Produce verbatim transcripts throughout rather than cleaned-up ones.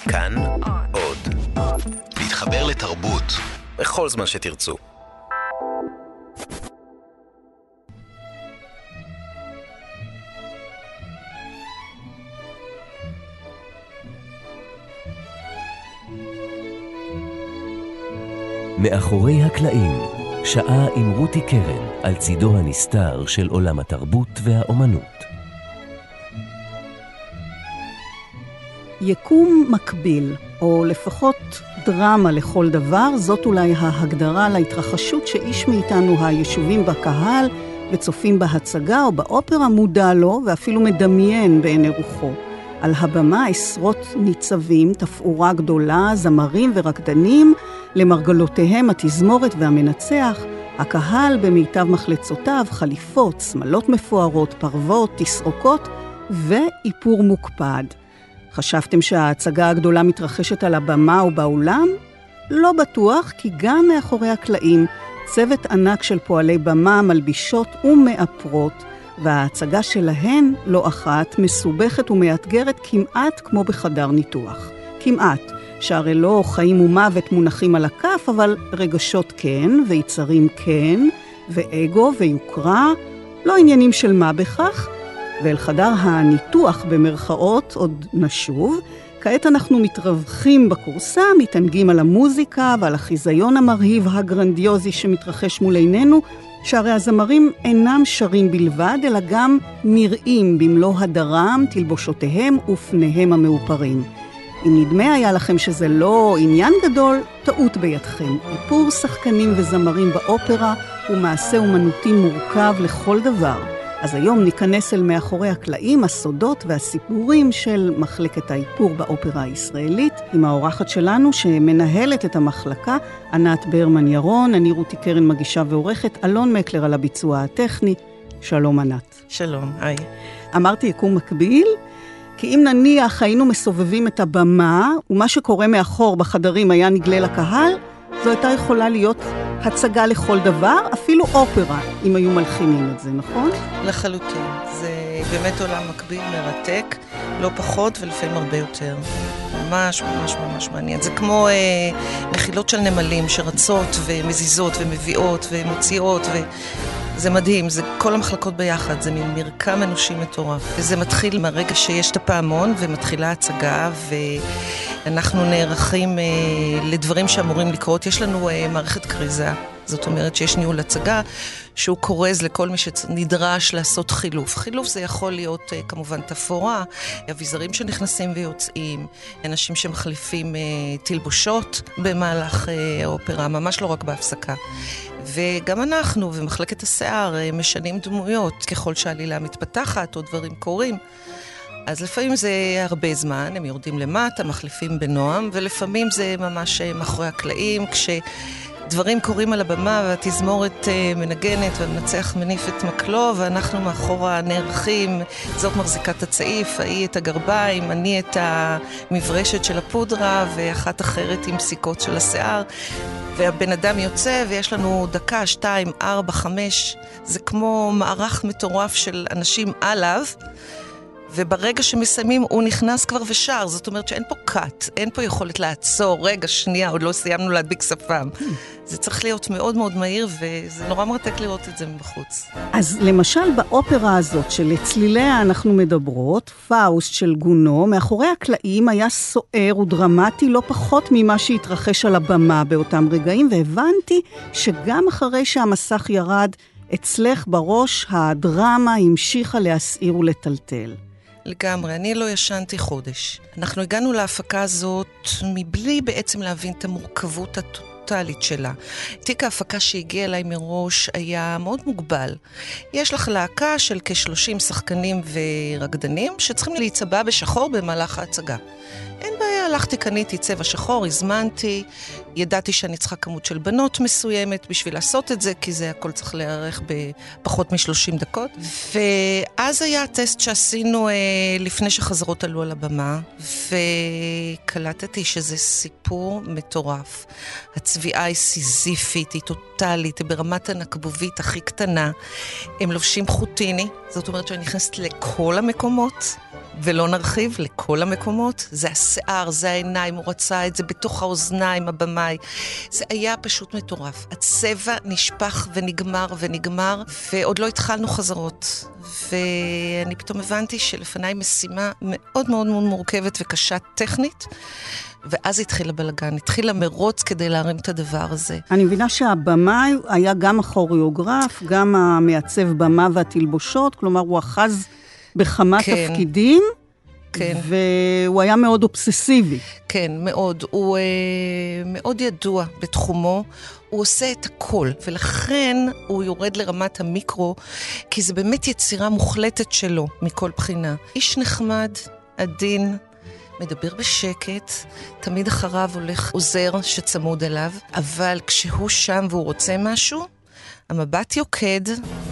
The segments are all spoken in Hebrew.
כאן עוד. להתחבר לתרבות בכל זמן שתרצו. מאחורי הקלעים, שעה עם רותי קרן על צידו הנסתר של עולם התרבות והאומנות. יקום מקביל, או לפחות דרמה לכל דבר, זאת אולי ההגדרה להתרחשות שאיש מאיתנו הישובים בקהל וצופים בהצגה או באופרה מודע לו ואפילו מדמיין בעיני רוחו. על הבמה עשרות ניצבים, תפאורה גדולה, זמרים ורקדנים, למרגלותיהם התזמורת והמנצח, הקהל במיטב מחלצותיו, חליפות, סמלות מפוארות, פרוות, תסרוקות ואיפור מוקפד. חשבתם שההצגה הגדולה מתרחשת על הבמה או באולם? לא בטוח, כי גם מאחורי הקלעים צוות ענק של פועלי במה, מלבישות ומאפרות, וההצגה שלהן לא אחת מסובכת ומאתגרת כמעט כמו בחדר ניתוח. כמעט, שהרי לא חיים ומוות מונחים על הכף, אבל רגשות כן, ויצרים כן, ואגו ויוקרה, לא עניינים של מה בכך, ואל חדר הניתוח במרכאות עוד נשוב. כעת אנחנו מתרווחים בקורסה, מתענגים על המוזיקה ועל החיזיון המרהיב הגרנדיוזי שמתרחש מול עינינו, שהרי הזמרים אינם שרים בלבד, אלא גם נראים במלוא הדרם, תלבושותיהם ופניהם המאופרים. אם נדמה היה לכם שזה לא עניין גדול, טעות בידכם. איפור שחקנים וזמרים באופרה הוא מעשה אומנותי מורכב לכל דבר. אז היום ניכנס אל מאחורי הקלעים, הסודות והסיפורים של מחלקת האיפור באופרה הישראלית, עם האורחת שלנו שמנהלת את המחלקה, ענת ברמן ירון, אני רותי קרן מגישה ועורכת, אלון מקלר על הביצוע הטכני. שלום ענת. שלום, היי. אמרתי יקום מקביל, כי אם נניח היינו מסובבים את הבמה, ומה שקורה מאחור בחדרים היה נגלה לקהל, זו הייתה יכולה להיות הצגה לכל דבר, אפילו אופרה, אם היו מלחינים את זה, נכון? לחלוטין. זה באמת עולם מקביל מרתק, לא פחות ולפעמים הרבה יותר. ממש ממש ממש מעניין. זה כמו אה, מחילות של נמלים שרצות ומזיזות ומביאות ומוציאות ו... זה מדהים, זה כל המחלקות ביחד, זה מין מרקם אנושי מטורף. וזה מתחיל מהרגע שיש את הפעמון ומתחילה הצגה, ואנחנו נערכים אה, לדברים שאמורים לקרות. יש לנו אה, מערכת קריזה, זאת אומרת שיש ניהול הצגה, שהוא קורז לכל מי שנדרש לעשות חילוף. חילוף זה יכול להיות אה, כמובן תפאורה, אביזרים שנכנסים ויוצאים, אנשים שמחליפים אה, תלבושות במהלך אה, האופרה, ממש לא רק בהפסקה. וגם אנחנו ומחלקת השיער משנים דמויות ככל שהעלילה מתפתחת או דברים קורים. אז לפעמים זה הרבה זמן, הם יורדים למטה, מחליפים בנועם, ולפעמים זה ממש מאחורי הקלעים, כשדברים קורים על הבמה והתזמורת מנגנת והמנצח מניף את מקלו, ואנחנו מאחורה נערכים, זאת מחזיקת הצעיף, ההיא את הגרביים, אני את המברשת של הפודרה, ואחת אחרת עם סיכות של השיער. והבן אדם יוצא ויש לנו דקה, שתיים, ארבע, חמש, זה כמו מערך מטורף של אנשים עליו, וברגע שמסיימים הוא נכנס כבר ושר, זאת אומרת שאין פה קאט, אין פה יכולת לעצור, רגע, שנייה, עוד לא סיימנו להדביק שפם. זה צריך להיות מאוד מאוד מהיר, וזה נורא מרתק לראות את זה מבחוץ. אז למשל באופרה הזאת שלצליליה אנחנו מדברות, פאוסט של גונו, מאחורי הקלעים היה סוער ודרמטי לא פחות ממה שהתרחש על הבמה באותם רגעים, והבנתי שגם אחרי שהמסך ירד, אצלך בראש הדרמה המשיכה להסעיר ולטלטל. לגמרי, אני לא ישנתי חודש. אנחנו הגענו להפקה הזאת מבלי בעצם להבין את המורכבות הטוטלית שלה. תיק ההפקה שהגיע אליי מראש היה מאוד מוגבל. יש לך להקה של כ-שלושים שחקנים ורקדנים שצריכים להיצבע בשחור במהלך ההצגה. אין בעיה, הלכתי, קניתי צבע שחור, הזמנתי, ידעתי שאני צריכה כמות של בנות מסוימת בשביל לעשות את זה, כי זה הכל צריך להיערך בפחות מ-שלושים דקות. ואז היה הטסט שעשינו אה, לפני שחזרות עלו על הבמה, וקלטתי שזה סיפור מטורף. הצביעה היא סיזיפית, היא טוטלית, היא ברמת הנקבובית הכי קטנה. הם לובשים חוטיני, זאת אומרת שאני נכנסת לכל המקומות, ולא נרחיב לכל המקומות. זה השיער, זה העיניים, הוא רצה את זה בתוך האוזניים, הבמאי. זה היה פשוט מטורף. הצבע נשפך ונגמר ונגמר, ועוד לא התחלנו חזרות. ואני פתאום הבנתי שלפניי משימה מאוד מאוד מאוד מורכבת וקשה טכנית, ואז התחיל הבלגן, התחיל המרוץ כדי להרים את הדבר הזה. אני מבינה שהבמאי היה גם הכוריאוגרף, גם המעצב במה והתלבושות, כלומר הוא אחז בכמה כן. תפקידים, כן. והוא היה מאוד אובססיבי. כן, מאוד. הוא אה, מאוד ידוע בתחומו, הוא עושה את הכל, ולכן הוא יורד לרמת המיקרו, כי זה באמת יצירה מוחלטת שלו, מכל בחינה. איש נחמד, עדין, מדבר בשקט, תמיד אחריו הולך עוזר שצמוד אליו, אבל כשהוא שם והוא רוצה משהו, המבט יוקד,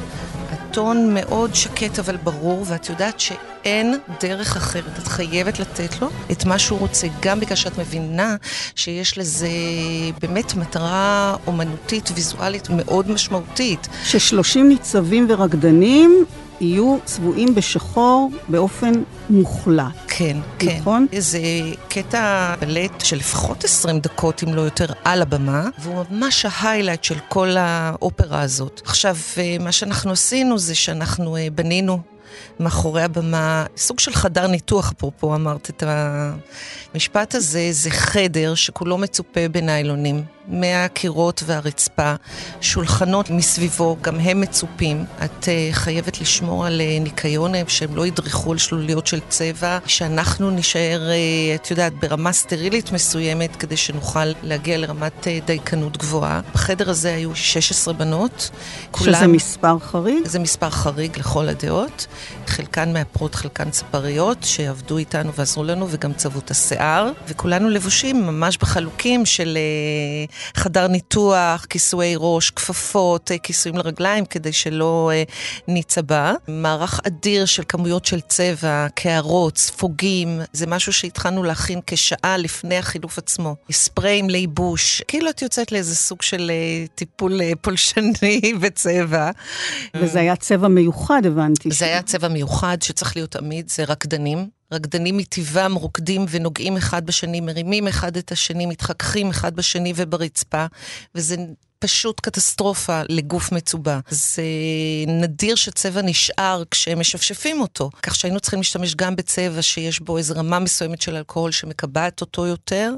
הטון מאוד שקט אבל ברור, ואת יודעת שאין דרך אחרת. את חייבת לתת לו את מה שהוא רוצה, גם בגלל שאת מבינה שיש לזה באמת מטרה אומנותית, ויזואלית מאוד משמעותית. ששלושים ניצבים ורקדנים יהיו צבועים בשחור באופן מוחלט. כן, כן. נכון? זה קטע בלט של לפחות עשרים דקות, אם לא יותר, על הבמה, והוא ממש ההיילייט של כל האופרה הזאת. עכשיו, מה שאנחנו עשינו זה שאנחנו בנינו מאחורי הבמה, סוג של חדר ניתוח, אפרופו אמרת את המשפט הזה, זה חדר שכולו מצופה בניילונים, מהקירות והרצפה, שולחנות מסביבו, גם הם מצופים. את uh, חייבת לשמור על uh, ניקיון, שהם לא ידרכו על שלוליות של צבע, שאנחנו נשאר, uh, את יודעת, ברמה סטרילית מסוימת, כדי שנוכל להגיע לרמת uh, דייקנות גבוהה. בחדר הזה היו שש עשרה בנות. שזה כולם, מספר חריג? זה מספר חריג לכל הדעות. חלקן מאפרות, חלקן צפריות, שעבדו איתנו ועזרו לנו, וגם צבעו את השיער. וכולנו לבושים ממש בחלוקים של Uh, חדר ניתוח, כיסויי ראש, כפפות, כיסויים לרגליים, כדי שלא ניצבע. מערך אדיר של כמויות של צבע, קערות, ספוגים, זה משהו שהתחלנו להכין כשעה לפני החילוף עצמו. ספריים לייבוש, כאילו את יוצאת לאיזה סוג של טיפול פולשני בצבע. וזה היה צבע מיוחד, הבנתי. זה היה צבע מיוחד שצריך להיות עמיד, זה רקדנים. רקדנים מטבעם רוקדים ונוגעים אחד בשני, מרימים אחד את השני, מתחככים אחד בשני וברצפה, וזה פשוט קטסטרופה לגוף מצובע. זה נדיר שצבע נשאר כשהם משפשפים אותו, כך שהיינו צריכים להשתמש גם בצבע שיש בו איזו רמה מסוימת של אלכוהול שמקבעת אותו יותר,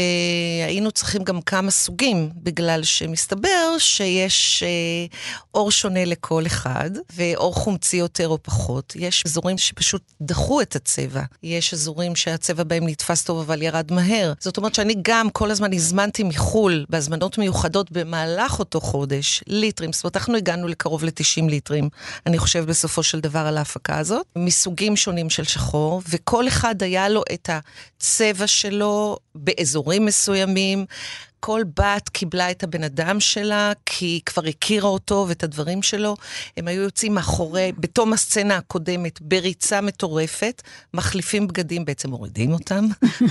והיינו צריכים גם כמה סוגים, בגלל שמסתבר שיש אה, אור שונה לכל אחד, ואור חומצי יותר או פחות. יש אזורים שפשוט דחו את הצבע, יש אזורים שהצבע בהם נתפס טוב אבל ירד מהר. זאת אומרת שאני גם כל הזמן הזמנתי מחול, בהזמנות מיוחדות במעלה, הלך אותו חודש, ליטרים, זאת אומרת, אנחנו הגענו לקרוב ל-תשעים ליטרים, אני חושב בסופו של דבר על ההפקה הזאת, מסוגים שונים של שחור, וכל אחד היה לו את הצבע שלו באזורים מסוימים, כל בת קיבלה את הבן אדם שלה, כי היא כבר הכירה אותו ואת הדברים שלו, הם היו יוצאים מאחורי, בתום הסצנה הקודמת, בריצה מטורפת, מחליפים בגדים, בעצם מורידים אותם,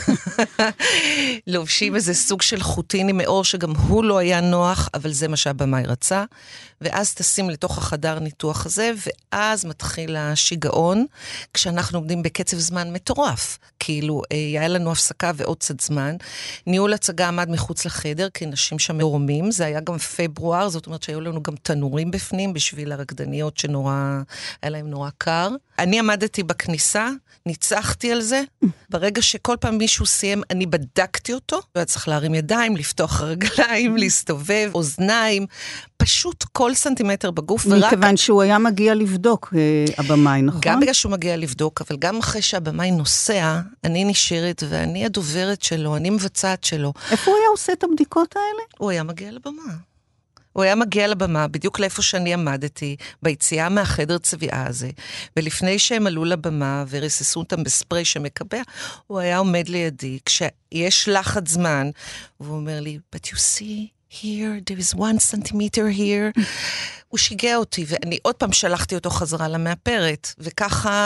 לובשים איזה סוג של חוטיני מאור, שגם הוא לא היה נוח, אבל זה מה שהבמאי רצה, ואז תשים לתוך החדר ניתוח הזה, ואז מתחיל השיגעון, כשאנחנו עומדים בקצב זמן מטורף, כאילו, היה לנו הפסקה ועוד קצת זמן, ניהול הצגה עמד מחוץ לחדר, כי נשים שם מרומים, זה היה גם פברואר, זאת אומרת שהיו לנו גם תנורים בפנים, בשביל הרקדניות שנורא, היה להם נורא קר. אני עמדתי בכניסה, ניצחתי על זה, ברגע שכל פעם מישהו סיים, אני בדקתי אותו, והיה צריך להרים ידיים, לפתוח רגליים, להסתובב, אוזניים, פשוט כל סנטימטר בגוף. מכיוון ורק... שהוא היה מגיע לבדוק, הבמאי, נכון? גם בגלל שהוא מגיע לבדוק, אבל גם אחרי שהבמאי נוסע, אני נשארת, ואני הדוברת שלו, אני מבצעת שלו. איפה הוא היה עושה את הבדיקות האלה? הוא היה מגיע לבמה. הוא היה מגיע לבמה, בדיוק לאיפה שאני עמדתי, ביציאה מהחדר צביעה הזה, ולפני שהם עלו לבמה וריססו אותם בספרי שמקבע, הוא היה עומד לידי, כשיש לחץ זמן, והוא אומר לי, but you see, here, there is one centimeter here. הוא שיגע אותי, ואני עוד פעם שלחתי אותו חזרה למאפרת, וככה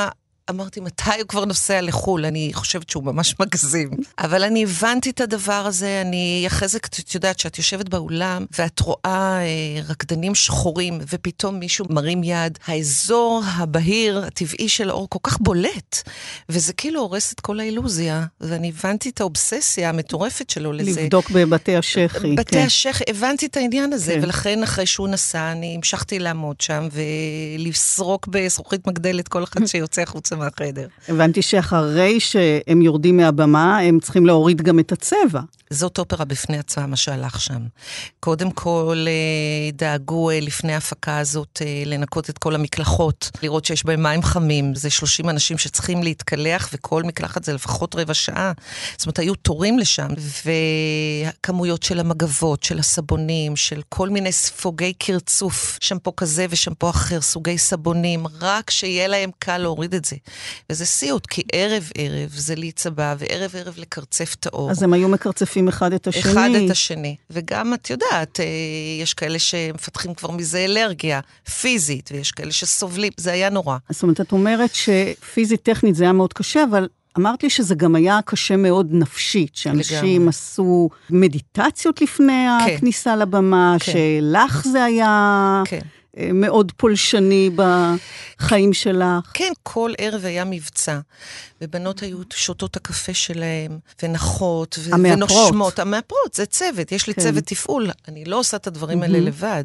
אמרתי, מתי הוא כבר נוסע לחול? אני חושבת שהוא ממש מגזים. אבל אני הבנתי את הדבר הזה, אני אחרי זה, את יודעת, שאת יושבת באולם, ואת רואה אה, רקדנים שחורים, ופתאום מישהו מרים יד, האזור הבהיר, הטבעי של האור, כל כך בולט, וזה כאילו הורס את כל האילוזיה, ואני הבנתי את האובססיה המטורפת שלו לזה. לבדוק בבתי השכי. בתי כן. השכי, הבנתי את העניין הזה, כן. ולכן אחרי שהוא נסע, אני המשכתי לעמוד שם, ולסרוק בזכוכית מגדלת כל אחד שיוצא החוצה מהחדר. הבנתי שאחרי שהם יורדים מהבמה, הם צריכים להוריד גם את הצבע. זאת אופרה בפני עצמה, מה שהלך שם. קודם כל, דאגו לפני ההפקה הזאת לנקות את כל המקלחות, לראות שיש בהם מים חמים. זה שלושים אנשים שצריכים להתקלח, וכל מקלחת זה לפחות רבע שעה. זאת אומרת, היו תורים לשם, וכמויות של המגבות, של הסבונים, של כל מיני ספוגי קרצוף, שמפו כזה ושמפו אחר, סוגי סבונים, רק שיהיה להם קל להוריד את זה. וזה סיוט, כי ערב ערב זה להיצבע, וערב ערב לקרצף את האור. אז הם היו מקרצפים אחד את השני. אחד את השני. וגם, את יודעת, יש כאלה שמפתחים כבר מזה אלרגיה פיזית, ויש כאלה שסובלים, זה היה נורא. זאת אומרת, את אומרת שפיזית טכנית זה היה מאוד קשה, אבל אמרת לי שזה גם היה קשה מאוד נפשית, שאנשים לגמרי. עשו מדיטציות לפני כן. הכניסה לבמה, כן. שלך זה היה... כן. מאוד פולשני בחיים שלך. כן, כל ערב היה מבצע, ובנות היו שותות הקפה שלהם, ונחות, ו- ונושמות. המאפרות, זה צוות, יש לי כן. צוות תפעול, אני לא עושה את הדברים האלה לבד.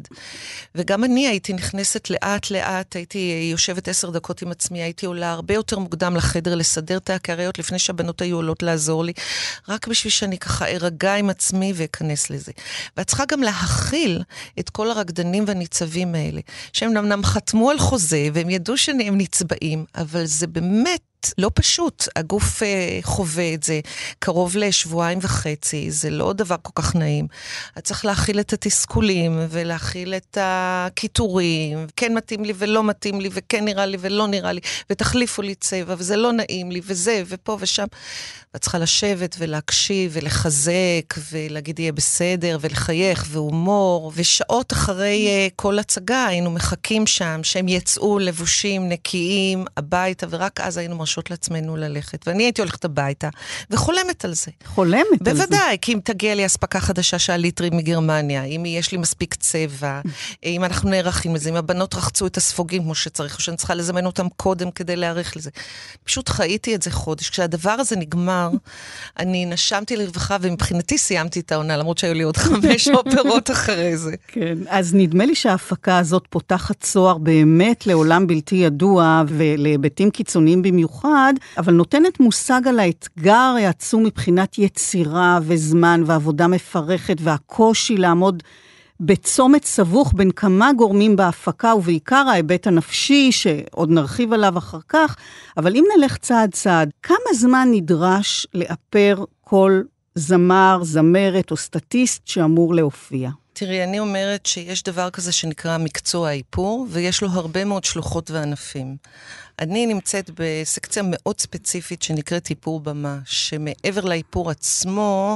וגם אני הייתי נכנסת לאט לאט, הייתי יושבת עשר דקות עם עצמי, הייתי עולה הרבה יותר מוקדם לחדר, לסדר את הקריות, לפני שהבנות היו עולות לעזור לי, רק בשביל שאני ככה ארגע עם עצמי ואכנס לזה. ואת צריכה גם להכיל את כל הרקדנים והניצבים האלה. שהם נמנם חתמו על חוזה, והם ידעו שהם נצבעים, אבל זה באמת לא פשוט. הגוף חווה את זה קרוב לשבועיים וחצי, זה לא דבר כל כך נעים. את צריך להכיל את התסכולים, ולהכיל את הכיתורים, כן מתאים לי ולא מתאים לי, וכן נראה לי ולא נראה לי, ותחליפו לי צבע, וזה לא נעים לי, וזה, ופה ושם. ואת צריכה לשבת ולהקשיב, ולחזק, ולהגיד יהיה בסדר, ולחייך, והומור, ושעות אחרי כל הצגה, היינו מחכים שם, שהם יצאו לבושים נקיים הביתה, ורק אז היינו מרשות לעצמנו ללכת. ואני הייתי הולכת הביתה, וחולמת על זה. חולמת על זה? בוודאי, כי אם תגיע לי הספקה חדשה של ליטרים מגרמניה, אם יש לי מספיק צבע, אם אנחנו נערכים לזה, אם הבנות רחצו את הספוגים כמו שצריך, או שאני צריכה לזמן אותם קודם כדי להעריך לזה. פשוט חייתי את זה חודש. כשהדבר הזה נגמר, אני נשמתי לרווחה, ומבחינתי סיימתי את העונה, למרות שהיו לי עוד חמש אופרות אחרי זה. כן, אז נדמה לי שההפקה הזאת פותחת צוהר באמת לעולם בלתי ידוע, ולהיבטים קיצוניים במיוחד, אבל נותנת מושג על האתגר העצום מבחינת יצירה וזמן, ועבודה מפרכת, והקושי לעמוד בצומת סבוך בין כמה גורמים בהפקה, ובעיקר ההיבט הנפשי, שעוד נרחיב עליו אחר כך, אבל אם נלך צעד צעד, כמה זמן נדרש לאפר כל זמר, זמרת או סטטיסט שאמור להופיע? תראי, אני אומרת שיש דבר כזה שנקרא מקצוע האיפור, ויש לו הרבה מאוד שלוחות וענפים. אני נמצאת בסקציה מאוד ספציפית שנקראת איפור במה, שמעבר לאיפור עצמו,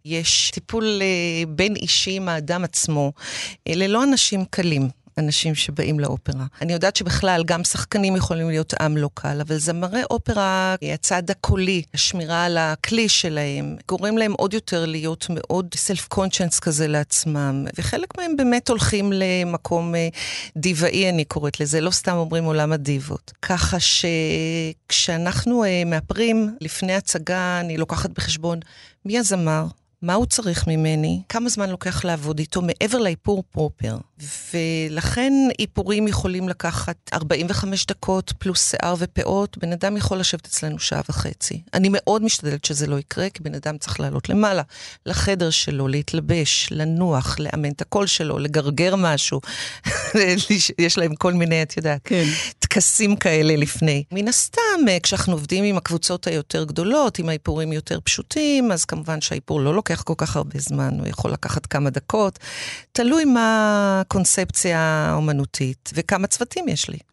יש טיפול בין אישי עם האדם עצמו. אלה לא אנשים קלים. אנשים שבאים לאופרה. אני יודעת שבכלל גם שחקנים יכולים להיות עם לא קל, אבל זמרי אופרה, הצד הקולי, השמירה על הכלי שלהם, גורם להם עוד יותר להיות מאוד self-conscious כזה לעצמם, וחלק מהם באמת הולכים למקום דיוואי, אני קוראת לזה, לא סתם אומרים עולם הדיבות. ככה שכשאנחנו מאפרים לפני הצגה, אני לוקחת בחשבון מי הזמר, מה הוא צריך ממני, כמה זמן לוקח לעבוד איתו מעבר לאיפור פרופר. ולכן איפורים יכולים לקחת ארבעים וחמש דקות פלוס שיער ופאות, בן אדם יכול לשבת אצלנו שעה וחצי. אני מאוד משתדלת שזה לא יקרה, כי בן אדם צריך לעלות למעלה, לחדר שלו, להתלבש, לנוח, לאמן את הקול שלו, לגרגר משהו. יש להם כל מיני, את יודעת, כן. תקסים כאלה לפני. מן הסתם, כשאנחנו עובדים עם הקבוצות היותר גדולות, עם האיפורים יותר פשוטים, אז כמובן שהאיפור לא לוקח כל כך הרבה זמן, הוא יכול לקחת כמה דקות, תלוי מה הקונספציה האומנותית, וכמה צוותים יש לי.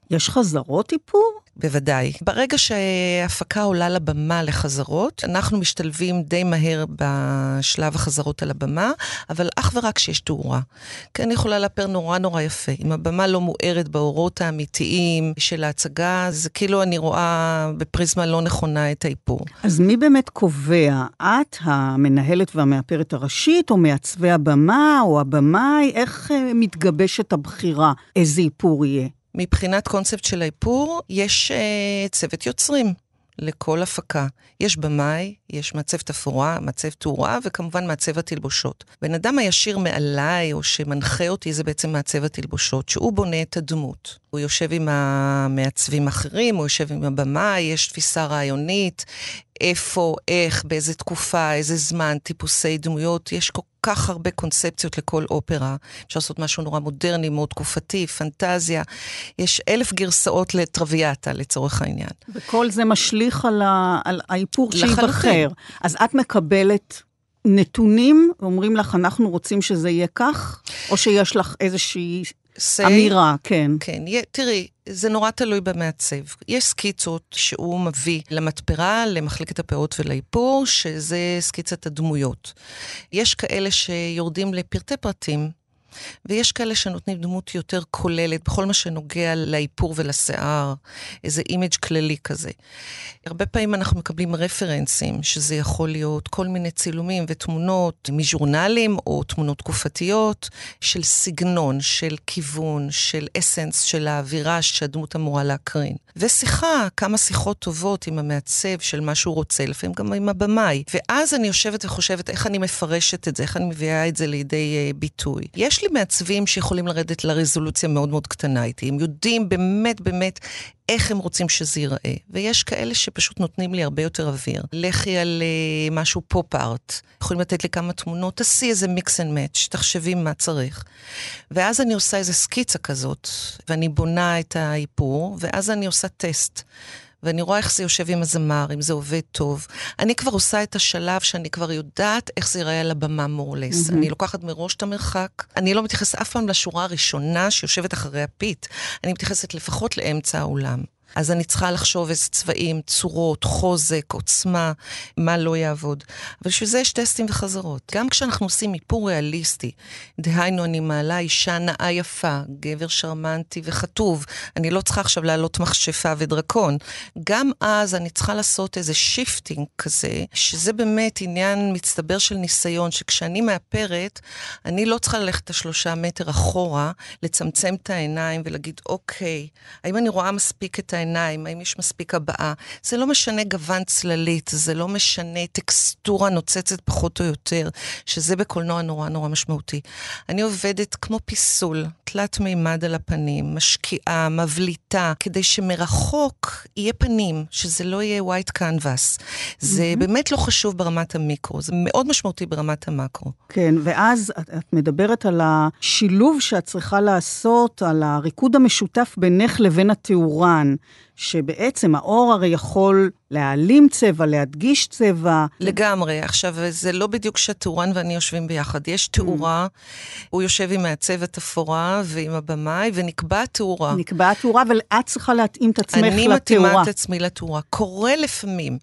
יש חזרות איפור? בוודאי. ברגע שההפקה עולה לבמה לחזרות, אנחנו משתלבים די מהר בשלב החזרות על הבמה, אבל אך ורק שיש תאורה. כי אני יכולה לאפר נורא נורא יפה. אם הבמה לא מוארת באורות האמיתיים של ההצגה, זה כאילו אני רואה בפריזמה לא נכונה את האיפור. אז מי באמת קובע? את, המנהלת והמאפרת הראשית, או מעצבי הבמה, או הבמאי? איך מתגבשת הבחירה? איזה איפור יהיה? מבחינת קונספט של האיפור, יש uh, צוות יוצרים לכל הפקה. יש במאי, יש מעצב תפאורה, מעצב תאורה, וכמובן מעצב התלבושות. בן אדם הישיר מעליי, או שמנחה אותי, זה בעצם מעצב התלבושות, שהוא בונה את הדמות. הוא יושב עם המעצבים האחרים, הוא יושב עם הבמאי, יש תפיסה רעיונית, איפה, איך, באיזה תקופה, איזה זמן, טיפוסי דמויות, יש כל כך הרבה קונספציות לכל אופרה, אפשר לעשות משהו נורא מודרני, מאוד תקופתי, פנטזיה, יש אלף גרסאות לטרוויאטה לצורך העניין. וכל זה משליך על, ה... על האיפור שיבחר. אז את מקבלת נתונים, ואומרים לך, אנחנו רוצים שזה יהיה כך, או שיש לך איזושהי say, אמירה, כן. כן, תראי, זה נורא תלוי במעצב. יש סקיצות שהוא מביא למטפרה, למחלקת הפאות ולאיפור, שזה סקיצת הדמויות. יש כאלה שיורדים לפרטי פרטים, ויש כאלה שנותנים דמות יותר כוללת, בכל מה שנוגע לאיפור ולשיער, איזה אימג' כללי כזה. הרבה פעמים אנחנו מקבלים רפרנסים, שזה יכול להיות כל מיני צילומים ותמונות מז'ורנלים, או תמונות תקופתיות, של סגנון, של כיוון, של אסנס, של האווירה שהדמות אמורה להקרין. ושיחה, כמה שיחות טובות עם המעצב של מה שהוא רוצה, לפעמים גם עם הבמאי. ואז אני יושבת וחושבת איך אני מפרשת את זה, איך אני מביאה את זה לידי ביטוי. יש לי מעצבים שיכולים לרדת לרזולוציה מאוד מאוד קטנה איתי. הם יודעים באמת באמת איך הם רוצים שזה ייראה. ויש כאלה שפשוט נותנים לי הרבה יותר אוויר. לכי על uh, משהו פופ-ארט. יכולים לתת לי כמה תמונות, תעשי איזה מיקס אנד מאץ', תחשבי מה צריך. ואז אני עושה איזה סקיצה כזאת, ואני בונה את האיפור, ואז אני עושה טסט. ואני רואה איך זה יושב עם הזמר, אם זה עובד טוב. אני כבר עושה את השלב שאני כבר יודעת איך זה ייראה על הבמה מורלס. Mm-hmm. אני לוקחת מראש את המרחק. אני לא מתייחסת אף פעם לשורה הראשונה שיושבת אחרי הפית. אני מתייחסת לפחות לאמצע האולם. אז אני צריכה לחשוב איזה צבעים, צורות, חוזק, עוצמה, מה לא יעבוד. אבל בשביל זה יש טסטים וחזרות. גם כשאנחנו עושים איפור ריאליסטי, דהיינו אני מעלה אישה נאה יפה, גבר שרמנטי וחטוב, אני לא צריכה עכשיו לעלות מכשפה ודרקון. גם אז אני צריכה לעשות איזה שיפטינג כזה, שזה באמת עניין מצטבר של ניסיון, שכשאני מאפרת, אני לא צריכה ללכת את השלושה מטר אחורה, לצמצם את העיניים ולהגיד, אוקיי, האם אני רואה מספיק את העיניים, האם יש מספיק הבאה, זה לא משנה גוון צללית, זה לא משנה טקסטורה נוצצת פחות או יותר, שזה בקולנוע נורא נורא משמעותי. אני עובדת כמו פיסול, תלת מימד על הפנים, משקיעה, מבליטה, כדי שמרחוק יהיה פנים, שזה לא יהיה white canvas. זה mm-hmm. באמת לא חשוב ברמת המיקרו, זה מאוד משמעותי ברמת המקרו. כן, ואז את, את מדברת על השילוב שאת צריכה לעשות, על הריקוד המשותף בינך לבין התאורן, שבעצם האור הרי יכול להעלים צבע, להדגיש צבע. לגמרי. עכשיו, זה לא בדיוק שהתאורן ואני יושבים ביחד. יש תאורה, הוא יושב עם מעצב התפאורה ועם הבמאי, ונקבע תאורה. נקבע תאורה, אבל את צריכה להתאים את עצמך לתאורה. אני מתאימה את עצמי לתאורה. קורה לפעמים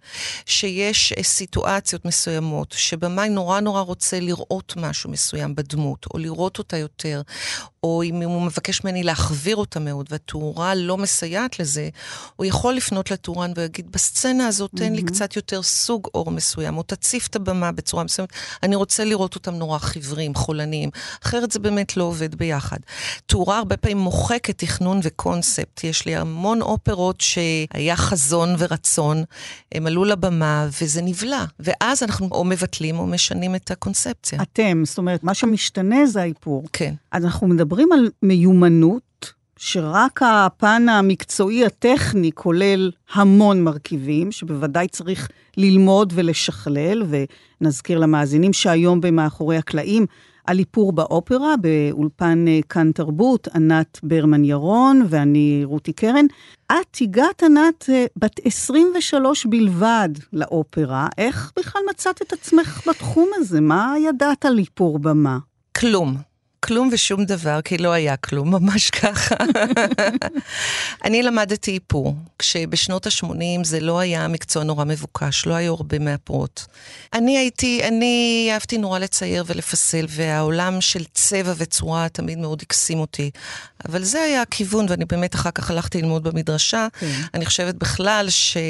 שיש סיטואציות מסוימות, שבמאי נורא נורא רוצה לראות משהו מסוים בדמות, או לראות אותה יותר, או אם הוא מבקש ממני להחביר אותה מאוד, והתאורה לא מסייעת לזה, הוא יכול לפנות לתאורן ויגיד, בסצנה הזאת תן לי קצת יותר סוג אור מסוים, או תציף את הבמה בצורה מסוימת, אני רוצה לראות אותם נורא חיוורים, חולניים, אחרת זה באמת לא עובד ביחד. תאורה הרבה פעמים מוחקת תכנון וקונספט, יש לי המון אופרות שהיה חזון ורצון, הם עלו לבמה וזה נבלע, ואז אנחנו או מבטלים או משנים את הקונספציה. אתם, זאת אומרת, מה שמשתנה זה האיפור. כן. אז אנחנו מדברים על מיומנות, שרק הפן המקצועי הטכני כולל המון מרכיבים, שבוודאי צריך ללמוד ולשכלל, ונזכיר למאזינים שהיום במאחורי הקלעים, על איפור באופרה, באולפן כאן תרבות, ענת ברמן ירון, ואני רותי קרן. את הגעת, ענת, בת עשרים ושלוש בלבד לאופרה. איך בכלל מצאת את עצמך בתחום הזה? מה ידעת על איפור במה? כלום. כלום ושום דבר, כי לא היה כלום, ממש ככה. אני למדתי איפור, כשבשנות ה-שמונים זה לא היה מקצוע נורא מבוקש, לא היו הרבה מאפרות. אני הייתי, אני אהבתי נורא לצייר ולפסל, והעולם של צבע וצורה תמיד מאוד הקסים אותי. אבל זה היה הכיוון, ואני באמת אחר כך הלכתי ללמוד במדרשה. כן. אני חושבת בכלל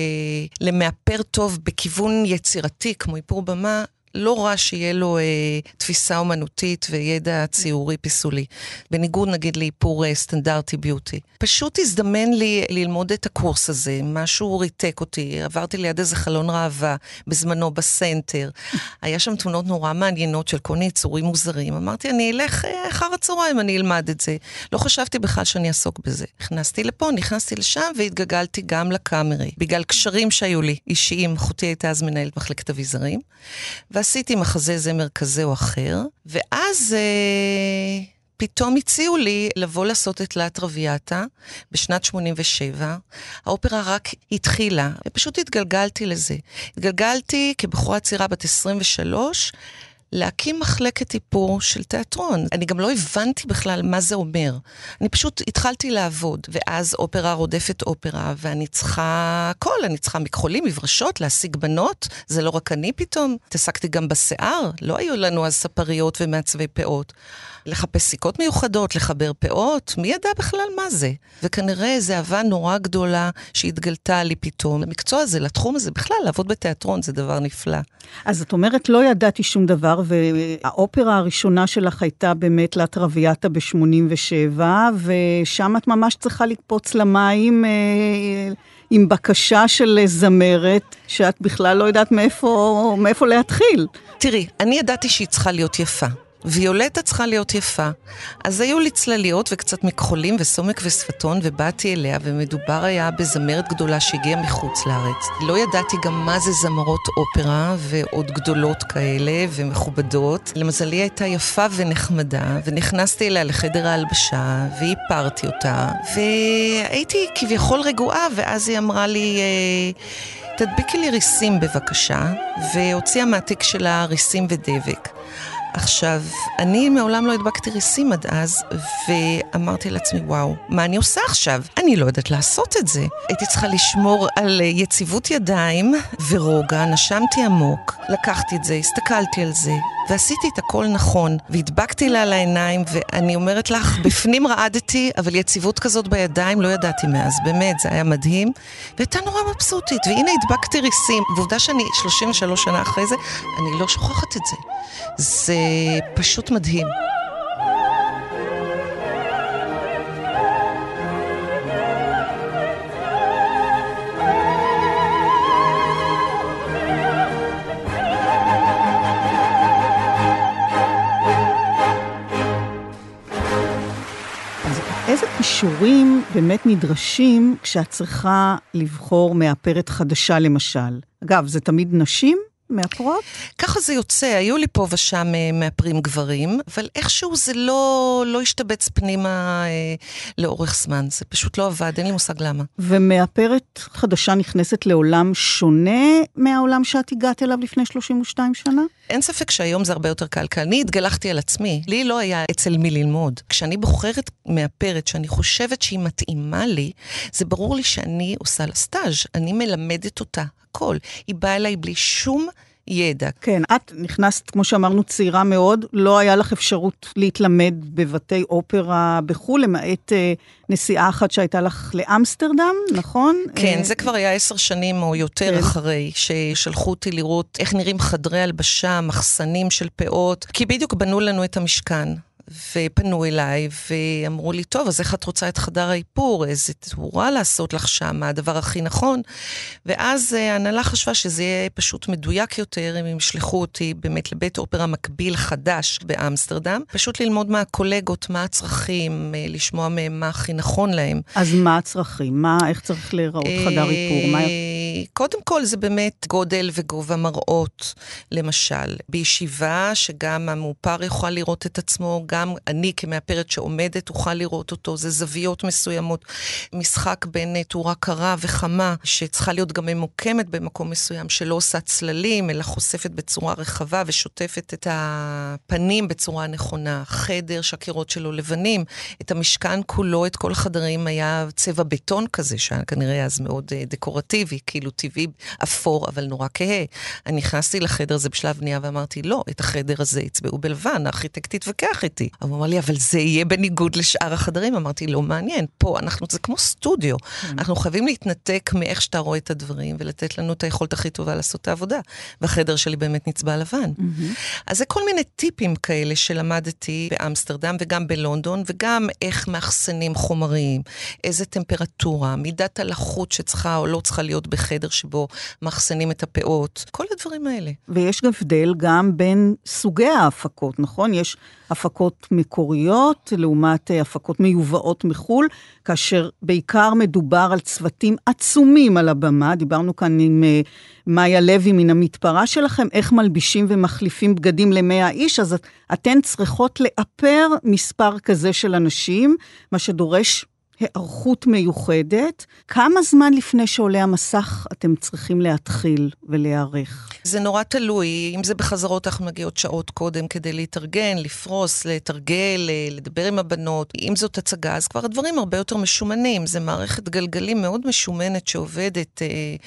שלמאפר טוב בכיוון יצירתי, כמו איפור במה, לא רע שיהיה לו אה, תפיסה אומנותית וידע ציורי פיסולי. בניגוד נגיד לאיפור אה, סטנדרטי ביוטי. פשוט הזדמן לי ללמוד את הקורס הזה, משהו ריתק אותי, עברתי ליד איזה חלון ראווה, בזמנו בסנטר. היה שם תמונות נורא מעניינות של כל מיני יצורים מוזרים. אמרתי, אני אלך אה, אחר הצהריים, אני אלמד את זה. לא חשבתי בכלל שאני אעסוק בזה. נכנסתי לפה, נכנסתי לשם והתגגלתי גם לקאמרי. בגלל קשרים שהיו לי אישיים, אחותי הייתה אז מנהלת מחלקת אביזרים. ועשיתי מחזה זמר כזה או אחר, ואז אה, פתאום הציעו לי לבוא לעשות את לה טרוויאטה בשנת שמונים ושבע. האופרה רק התחילה, ופשוט התגלגלתי לזה. התגלגלתי כבחורה צעירה בת עשרים ושלוש, להקים מחלקת איפור של תיאטרון. אני גם לא הבנתי בכלל מה זה אומר. אני פשוט התחלתי לעבוד, ואז אופרה רודפת אופרה, ואני צריכה הכל, אני צריכה מכחולים, מברשות, להשיג בנות, זה לא רק אני פתאום. התעסקתי גם בשיער, לא היו לנו אז ספריות ומעצבי פאות. לחפש סיכות מיוחדות, לחבר פאות, מי ידע בכלל מה זה? וכנראה זו אהבה נורא גדולה שהתגלתה לי פתאום. למקצוע הזה, לתחום הזה, בכלל לעבוד בתיאטרון זה דבר נפלא. אז את אומרת, לא ידעתי שום דבר, והאופרה הראשונה שלך הייתה באמת לה טרוויאטה ב-שמונים ושבע, ושם את ממש צריכה לקפוץ למים עם בקשה של זמרת, שאת בכלל לא יודעת מאיפה, מאיפה להתחיל. תראי, אני ידעתי שהיא צריכה להיות יפה. ויולטה צריכה להיות יפה. אז היו לי צלליות וקצת מכחולים וסומק ושפתון, ובאתי אליה, ומדובר היה בזמרת גדולה שהגיעה מחוץ לארץ. לא ידעתי גם מה זה זמרות אופרה, ועוד גדולות כאלה, ומכובדות. למזלי הייתה יפה ונחמדה, ונכנסתי אליה לחדר ההלבשה, והיפרתי אותה, והייתי כביכול רגועה, ואז היא אמרה לי, תדביקי לי ריסים בבקשה, והוציאה מהתיק שלה ריסים ודבק. עכשיו, אני מעולם לא הדבקתי ריסים עד אז, ואמרתי לעצמי, וואו, מה אני עושה עכשיו? אני לא יודעת לעשות את זה. הייתי צריכה לשמור על יציבות ידיים ורוגע, נשמתי עמוק, לקחתי את זה, הסתכלתי על זה, ועשיתי את הכל נכון, והדבקתי לה על העיניים, ואני אומרת לך, בפנים רעדתי, אבל יציבות כזאת בידיים לא ידעתי מאז, באמת, זה היה מדהים, והייתה נורא מבסוטית, והנה הדבקתי ריסים, ועובדה שאני שלושים ושלוש שנה אחרי זה, אני לא שוכחת את זה. זה פשוט מדהים. איזה קישורים באמת נדרשים כשאת צריכה לבחור מאפרת חדשה למשל? אגב, זה תמיד נשים? מאפרות? ככה זה יוצא, היו לי פה ושם מאפרים גברים, אבל איכשהו זה לא, לא השתבץ פנימה אה, לאורך זמן, זה פשוט לא עבד, אין לי מושג למה. ומאפרת חדשה נכנסת לעולם שונה מהעולם שאת הגעת אליו לפני שלושים ושתיים שנה? אין ספק שהיום זה הרבה יותר קל, כי אני התגלחתי על עצמי, לי לא היה אצל מי ללמוד. כשאני בוחרת מאפרת שאני חושבת שהיא מתאימה לי, זה ברור לי שאני עושה לה סטאז', אני מלמדת אותה. הכל. היא באה אליי בלי שום ידע. כן, את נכנסת, כמו שאמרנו, צעירה מאוד, לא היה לך אפשרות להתלמד בבתי אופרה בחול, למעט אה, נסיעה אחת שהייתה לך לאמסטרדם, נכון? כן, אה... זה כבר היה עשר שנים או יותר כן. אחרי, ששלחו אותי לראות איך נראים חדרי הלבשה, מחסנים של פאות, כי בדיוק בנו לנו את המשכן. ופנו אליי ואמרו לי, טוב, אז איך את רוצה את חדר האיפור? איזה תאורה לעשות לך שם, מה הדבר הכי נכון? ואז ההנהלה חשבה שזה יהיה פשוט מדויק יותר, אם הם ישלחו אותי באמת לבית אופרה מקביל חדש באמסטרדם, פשוט ללמוד מהקולגות, מה הצרכים, לשמוע מהם מה הכי נכון להם. אז מה הצרכים? מה, איך צריך להיראות חדר איפור? מה... קודם כל זה באמת גודל וגובה מראות, למשל, בישיבה שגם המאופר יוכל לראות את עצמו, גם אני כמאפרת שעומדת אוכל לראות אותו, זה זוויות מסוימות, משחק בין תאורה קרה וחמה, שצריכה להיות גם ממוקמת במקום מסוים, שלא עושה צללים, אלא חושפת בצורה רחבה ושוטפת את הפנים בצורה נכונה, חדר שהקירות שלו לבנים, את המשכן כולו, את כל החדרים היה צבע בטון כזה, שהיה כנראה אז מאוד דקורטיבי, כאילו טבעי אפור, אבל נורא כהה. אני נכנסתי לחדר הזה בשלב בנייה ואמרתי, לא, את החדר הזה יצבעו בלבן, הארכיטקט תתווכח איתי. אבל הוא אמר לי, אבל זה יהיה בניגוד לשאר החדרים. אמרתי, לא מעניין, פה אנחנו, זה כמו סטודיו. אנחנו חייבים להתנתק מאיך שאתה רואה את הדברים, ולתת לנו את היכולת הכי טובה לעשות את העבודה. והחדר שלי באמת נצבע לבן. אז זה כל מיני טיפים כאלה שלמדתי באמסטרדם וגם בלונדון, וגם איך מאחסנים חומרים, איזה טמפרטורה, מידת הלחות שצריכה או לא צריכה להיות בחדר שבו מאחסנים את הפאות, כל הדברים האלה. ויש הבדל גם בין סוגי ההפקות, נכון? יש הפקות מקוריות, לעומת הפקות מיובאות מחול, כאשר בעיקר מדובר על צוותים עצומים על הבמה, דיברנו כאן עם מאיה לוי מן המתפרה שלכם, איך מלבישים ומחליפים בגדים למאה איש, אז אתן צריכות לאפר מספר כזה של אנשים, מה שדורש הערכות מיוחדת. כמה זמן לפני שעולה המסך אתם צריכים להתחיל ולהערך? זה נורא תלוי, אם זה בחזרות אנחנו מגיעות שעות קודם כדי להתארגן, לפרוס, לתרגל, לדבר עם הבנות. אם זאת הצגה, אז כבר הדברים הרבה יותר משומנים, זה מערכת גלגלים מאוד משומנת שעובדת.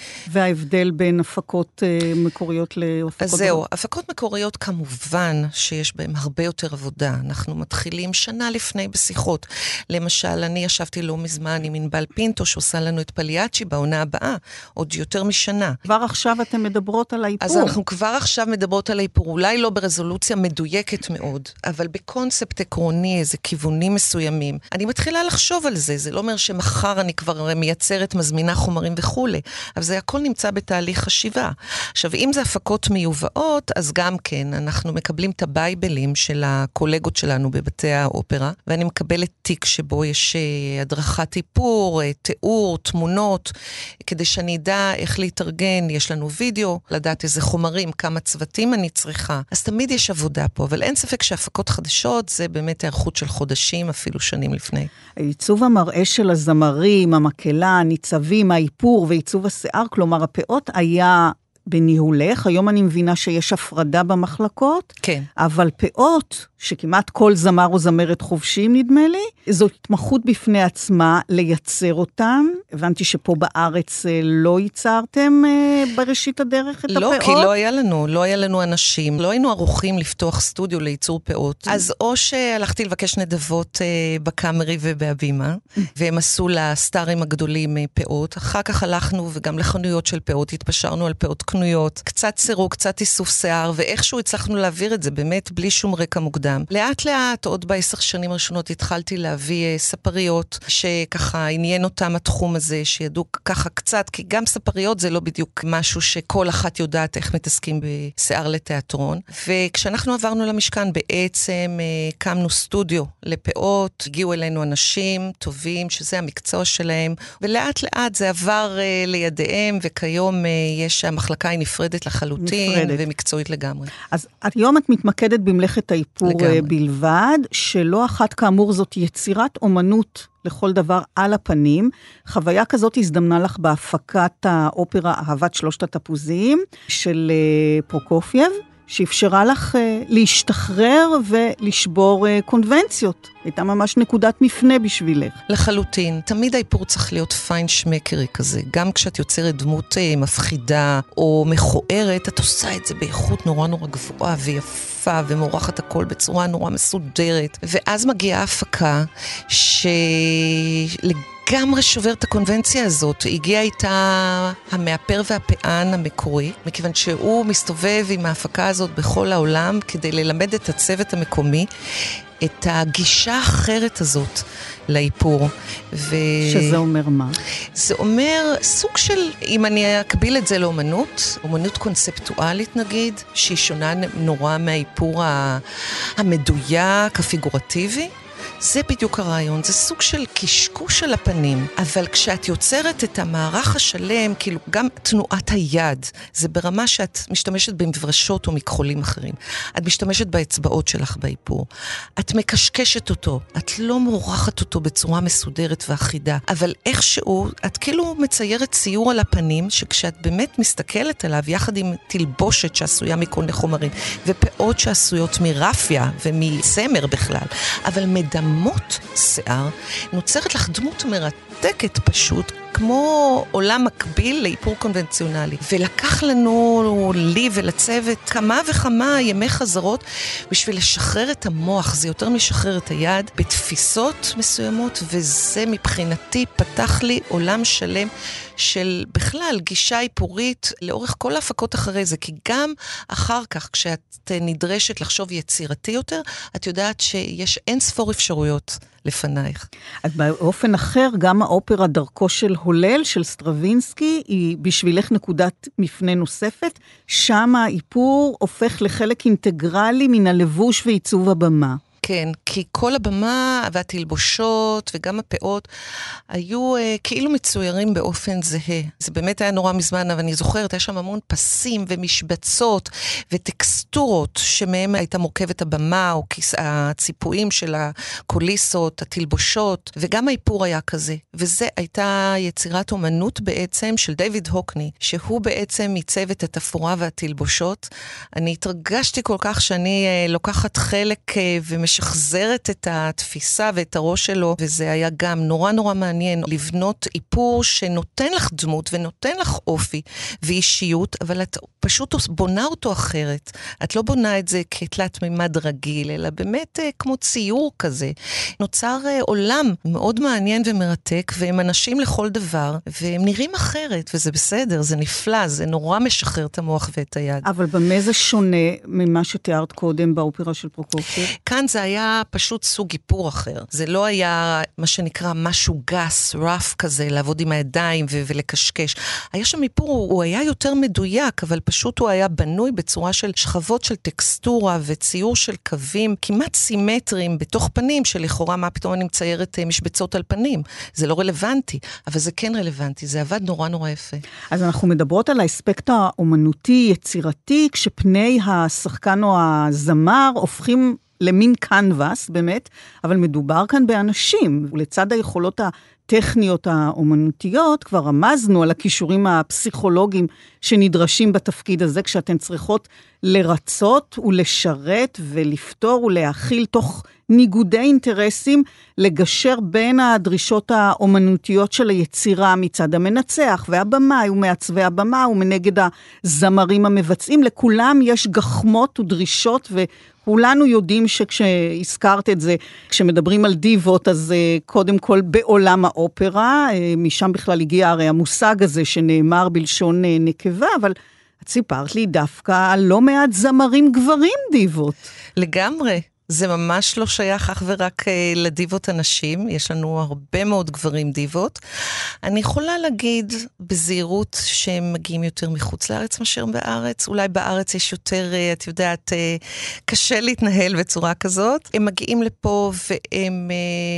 וההבדל בין הפקות מקוריות להפקות... אז זהו, הפקות מקוריות כמובן שיש בהן הרבה יותר עבודה. אנחנו מתחילים שנה לפני בשיחות. למשל, אני ישבתי לא מזמן עם ענבל פינטו, שעושה לנו את פליאצ'י בעונה הבאה, עוד יותר משנה. כבר עכשיו אתן מדברות על האיפור. אז אנחנו כבר עכשיו מדברות על האיפור, אולי לא ברזולוציה מדויקת מאוד, אבל בקונספט עקרוני, איזה כיוונים מסוימים. אני מתחילה לחשוב על זה, זה לא אומר שמחר אני כבר מייצרת, מזמינה חומרים וכו', אבל זה הכל נמצא בתהליך חשיבה. עכשיו, אם זה הפקות מיובאות, אז גם כן, אנחנו מקבלים את הבייבלים של הקולגות שלנו בבתי האופרה, ואני מקבלת תיק שבו יש הדרכת איפור, תיאור, תמונות, כדי שאני אדע איך להתארגן, יש לנו וידאו, לדעת איזה חומרים, כמה צוותים אני צריכה. אז תמיד יש עבודה פה, אבל אין ספק שהפקות חדשות זה באמת הערכות של חודשים, אפילו שנים לפני. עיצוב המראה של הזמרים, המקהלה, הניצבים, האיפור ועיצוב השיער, כלומר הפאות היה בניהולך, היום אני מבינה שיש הפרדה במחלקות, כן. אבל פאות, שכמעט כל זמר או זמרת חובשים נדמה לי, זו התמחות בפני עצמה לייצר אותם. הבנתי שפה בארץ לא ייצרתם בראשית הדרך את לא, הפאות? לא, כי לא היה לנו, לא היה לנו אנשים, לא היינו ערוכים לפתוח סטודיו לייצור פאות. אז או שהלכתי לבקש נדבות בקאמרי ובהבימה, והם עשו לסטארים הגדולים פאות, אחר כך הלכנו וגם לחנויות של פאות, התפשרנו על פאות קנויות, קצת סירוק, קצת איסוף שיער, ואיכשהו הצלחנו להעביר את זה באמת בלי שום רקע מוקדם. לאט לאט, עוד בעשר שנים הראשונות, התחלתי להביא ספריות, שככה עניין אותם התחום הזה, שידעו ככה קצת, כי גם ספריות זה לא בדיוק משהו שכל אחת יודעת איך מתעסקים בשיער לתיאטרון. וכשאנחנו עברנו למשכן, בעצם קמנו סטודיו לפאות, הגיעו אלינו אנשים טובים, שזה המקצוע שלהם, ולאט לאט זה עבר לידיהם, וכיום יש המחלקה היא נפרדת לחלוטין, נפרדת. ומקצועית לגמרי. אז היום את מתמקדת במלאכת האיפור לגמרי. בלבד, שלא אחת כאמור זאת יצירת אומנות לכל דבר על הפנים. חוויה כזאת הזדמנה לך בהפקת האופרה אהבת שלושת התפוזים של פרוקופייב, שאפשרה לך להשתחרר ולשבור קונבנציות. הייתה ממש נקודת מפנה בשבילך. לחלוטין. תמיד האיפור צריך להיות פיין שמקרי כזה. גם כשאת יוצרת דמות מפחידה או מכוערת, את עושה את זה באיכות נורא נורא גבוהה ויפה ומורחת הכל בצורה נורא מסודרת. ואז מגיעה ההפקה שלגמרי לגמרי שובר את הקונבנציה הזאת. הגיע איתה המאפר והפען המקורי, מכיוון שהוא מסתובב עם ההפקה הזאת בכל העולם, כדי ללמד את הצוות המקומי, את הגישה האחרת הזאת לאיפור. ו... שזה אומר מה? זה אומר סוג של, אם אני אקביל את זה לאומנות, אומנות קונספטואלית נגיד, שהיא שונה נורא מהאיפור המדויק, הפיגורטיבי, זה בדיוק הרעיון, זה סוג של קשקוש על הפנים, אבל כשאת יוצרת את המערך השלם, כאילו גם תנועת היד, זה ברמה שאת משתמשת במברשות או מכחולים אחרים. את משתמשת באצבעות שלך באיפור. את מקשקשת אותו, את לא מורחת אותו בצורה מסודרת ואחידה, אבל איכשהו, את כאילו מציירת ציור על הפנים, שכשאת באמת מסתכלת עליו, יחד עם תלבושת שעשויה מכל מיני חומרים, ופאות שעשויות מרפיה ומסמר בכלל, אבל מדמות שיער, נוצרת לך דמות מרתקת פשוט, כמו עולם מקביל לאיפור קונבנציונלי. ולקח לנו, לי ולצוות, כמה וכמה ימי חזרות, בשביל לשחרר את המוח, זה יותר משחרר את היד, בתפיסות מסוימות, וזה מבחינתי פתח לי עולם שלם, של בכלל גישה איפורית לאורך כל ההפקות אחרי זה, כי גם אחר כך, כשאת נדרשת לחשוב יצירתי יותר, את יודעת שיש אין ספור אפשרויות לפנייך. אז באופן אחר, גם האופרה דרכו של הולל, של סטרווינסקי, היא בשבילך נקודת מפנה נוספת, שם האיפור הופך לחלק אינטגרלי מן הלבוש ועיצוב הבמה. כן, כי כל הבמה והתלבושות וגם הפאות היו אה, כאילו מצוירים באופן זהה. זה באמת היה נורא מזמן, אבל אני זוכרת, היה שם המון פסים ומשבצות וטקסטורות שמהם הייתה מורכבת הבמה או כיס, הציפויים של הקוליסות, התלבושות, וגם האיפור היה כזה. וזה הייתה יצירת אומנות בעצם של דיוויד הוקני, שהוא בעצם ייצב את התפאורה והתלבושות. אני התרגשתי כל כך שאני אה, לוקחת חלק אה, ומשחררת, שחזרת את התפיסה ואת הראש שלו, וזה היה גם נורא נורא מעניין, לבנות איפור שנותן לך דמות ונותן לך אופי ואישיות, אבל את פשוט בונה אותו אחרת. את לא בונה את זה כתלת מימד רגיל, אלא באמת כמו ציור כזה. נוצר עולם מאוד מעניין ומרתק, והם אנשים לכל דבר, והם נראים אחרת, וזה בסדר, זה נפלא, זה נורא משחרר את המוח ואת היד. אבל במה זה שונה ממה שתיארת קודם באופרה של פרוקופייב? כאן זה היה פשוט סוג איפור אחר. זה לא היה מה שנקרא משהו גס, רף כזה, לעבוד עם הידיים ו- ולקשקש. היה שם איפור, הוא היה יותר מדויק, אבל פשוט הוא היה בנוי בצורה של שכבות של טקסטורה וציור של קווים כמעט סימטריים בתוך פנים, שלכאורה מה פתאום אני מציירת משבצות על פנים. זה לא רלוונטי, אבל זה כן רלוונטי. זה עבד נורא נורא יפה. אז אנחנו מדברות על האספקט האומנותי, יצירתי, כשפני השחקן או הזמר הופכים למין קנבס, באמת, אבל מדובר כאן באנשים, ולצד היכולות הטכניות האומנותיות, כבר רמזנו על הכישורים הפסיכולוגיים שנדרשים בתפקיד הזה, כשאתן צריכות לרצות ולשרת ולפתור ולהכיל תוך ניגודי אינטרסים, לגשר בין הדרישות האומנותיות של היצירה מצד המנצח והבמאי ומעצבי הבמה ומנגד הזמרים המבצעים. לכולם יש גחמות ודרישות, וכולנו יודעים שכשהזכרת את זה, כשמדברים על דיבות, אז קודם כל בעולם האופרה, משם בכלל הגיע הרי המושג הזה שנאמר בלשון נקבה, אבל את סיפרת לי דווקא על לא מעט זמרים גברים דיבות. לגמרי. זה ממש לא שייך אך ורק לדיבות הנשים, יש לנו הרבה מאוד גברים דיבות. אני יכולה להגיד בזהירות שהם מגיעים יותר מחוץ לארץ מאשר בארץ, אולי בארץ יש יותר, את יודעת, קשה להתנהל בצורה כזאת. הם מגיעים לפה והם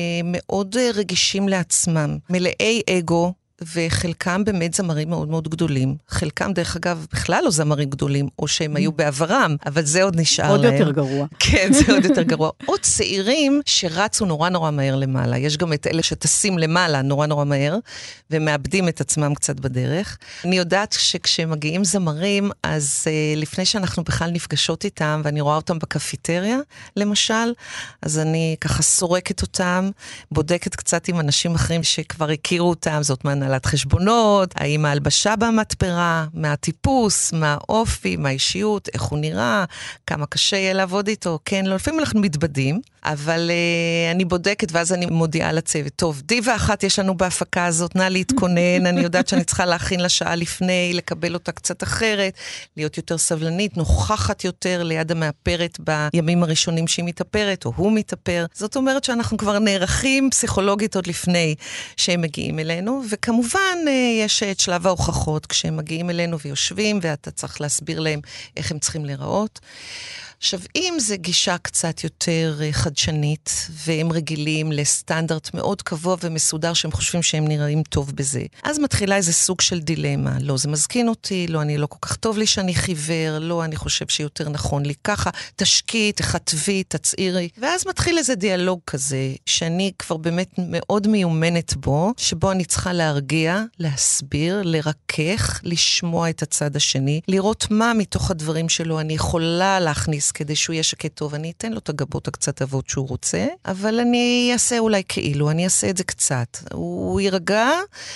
מאוד רגישים לעצמם, מלאי אגו, וחלקם באמת זמרים מאוד מאוד גדולים. חלקם, דרך אגב, בכלל לא זמרים גדולים, או שהם היו בעברם, אבל זה עוד נשאר עוד להם. יותר גרוע. כן, זה עוד יותר גרוע. עוד צעירים שרצו נורא נורא מהר למעלה. יש גם את אלה שטסים למעלה נורא נורא מהר, ומאבדים את עצמם קצת בדרך. אני יודעת שכשמגיעים זמרים, אז uh, לפני שאנחנו בכלל נפגשות איתם, ואני רואה אותם בקפיטריה, למשל, אז אני ככה סורקת אותם, בודקת קצת עם אנשים אחרים שכבר הכירו אותם, זאת מהנהלת חשבונות, האם ההלבשה במטפרה, מהטיפוס, מהאופי, מהאישיות, איך הוא נראה, כמה קשה יהיה לעבוד איתו, כן, לא, לפעמים אנחנו מתבדים, אבל uh, אני בודקת ואז אני מודיעה לצוות, טוב, דיבה אחת יש לנו בהפקה הזאת, נא להתכונן, אני יודעת שאני צריכה להכין לשעה לפני, לקבל אותה קצת אחרת, להיות יותר סבלנית, נוכחת יותר ליד המאפרת בימים הראשונים שהיא מתאפרת, או הוא מתאפר. זאת אומרת שאנחנו כבר נערכים פסיכולוגית עוד לפני שהם מגיעים אלינו, וכמובן יש את שלב ההוכחות כשהם מגיעים אלינו ויושבים, ואתה צריך להסביר להם איך הם צריכים להיראות. עכשיו, אם זה גישה קצת יותר חדשנית, והם רגילים לסטנדרט מאוד קבוע ומסודר, שהם חושבים שהם נראים טוב בזה, אז מתחילה איזה סוג של דילמה. לא, זה מזכין אותי, לא, אני לא כל כך טוב לי שאני חיוור, לא, אני חושב שיותר נכון לי ככה, תשקי, תחטבי, תצעירי, ואז מתחיל איזה דיאלוג כזה, שאני כבר באמת מאוד מיומנת בו, שבו אני צריכה להרגיע, להסביר, לרכך, לשמוע את הצד השני, לראות מה מתוך הדברים שלו אני יכולה להכניס כדי שהוא יהיה שקט טוב. אני אתן לו את הגבות הקצת אבות שהוא רוצה, אבל אני אעשה אולי כאילו, אני אעשה את זה קצת. הוא יירגע,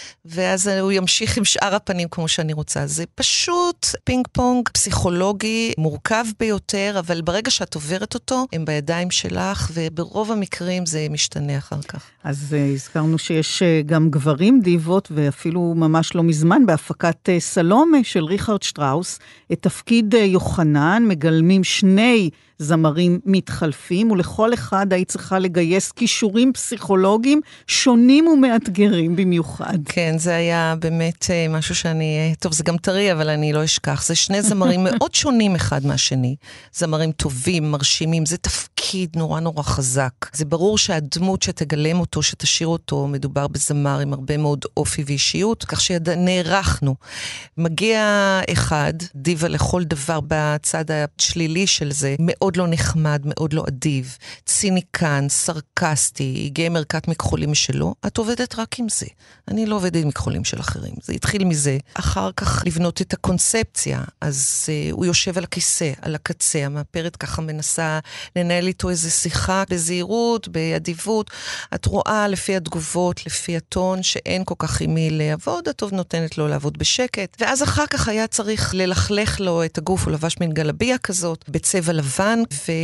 ואז הוא ימשיך עם שאר הפנים כמו שאני רוצה. זה פשוט פינג פונג פסיכולוגי מורכב ביותר, אבל ברגע שאת עוברת אותו, הם בידיים שלך, וברוב המקרים זה משתנה אחר כך. אז הזכרנו שיש גם גברים דיבות, ואפילו ממש לא מזמן, בהפקת סלומה של ריכרד שטראוס, את תפקיד יוחנן, מגלמים שני זמרים מתחלפים, ולכל אחד היית צריכה לגייס כישורים פסיכולוגיים שונים ומאתגרים במיוחד. כן, זה היה באמת משהו שאני, טוב, זה גם טרי, אבל אני לא אשכח. זה שני זמרים מאוד שונים אחד מהשני. זמרים טובים, מרשימים, זה תפקיד נורא נורא חזק. זה ברור שהדמות שתגלם אותו, שתשאיר אותו, מדובר בזמר עם הרבה מאוד אופי ואישיות, כך שנערכנו. מגיע אחד, דיבה לכל דבר בצד השלילי של זה, מאוד לא נחמד, מאוד לא אדיב, ציניקן, סרקסטי, הגיע מרקת מכחולים משלו, את עובדת רק עם זה. אני לא עובדת עם מכחולים של אחרים. זה התחיל מזה. אחר כך לבנות את הקונספציה, אז uh, הוא יושב על הכיסא, על הקצה, המאפרת ככה מנסה לנהל איתו איזו שיחה בזהירות, באדיבות. את רואה לפי התגובות, לפי הטון, שאין כל כך עם מי לעבוד, הטוב נותנת לו לעבוד בשקט. ואז אחר כך היה צריך ללכלך לו את הגוף, הוא לבש מין גלביה כזאת, בצבע לבן,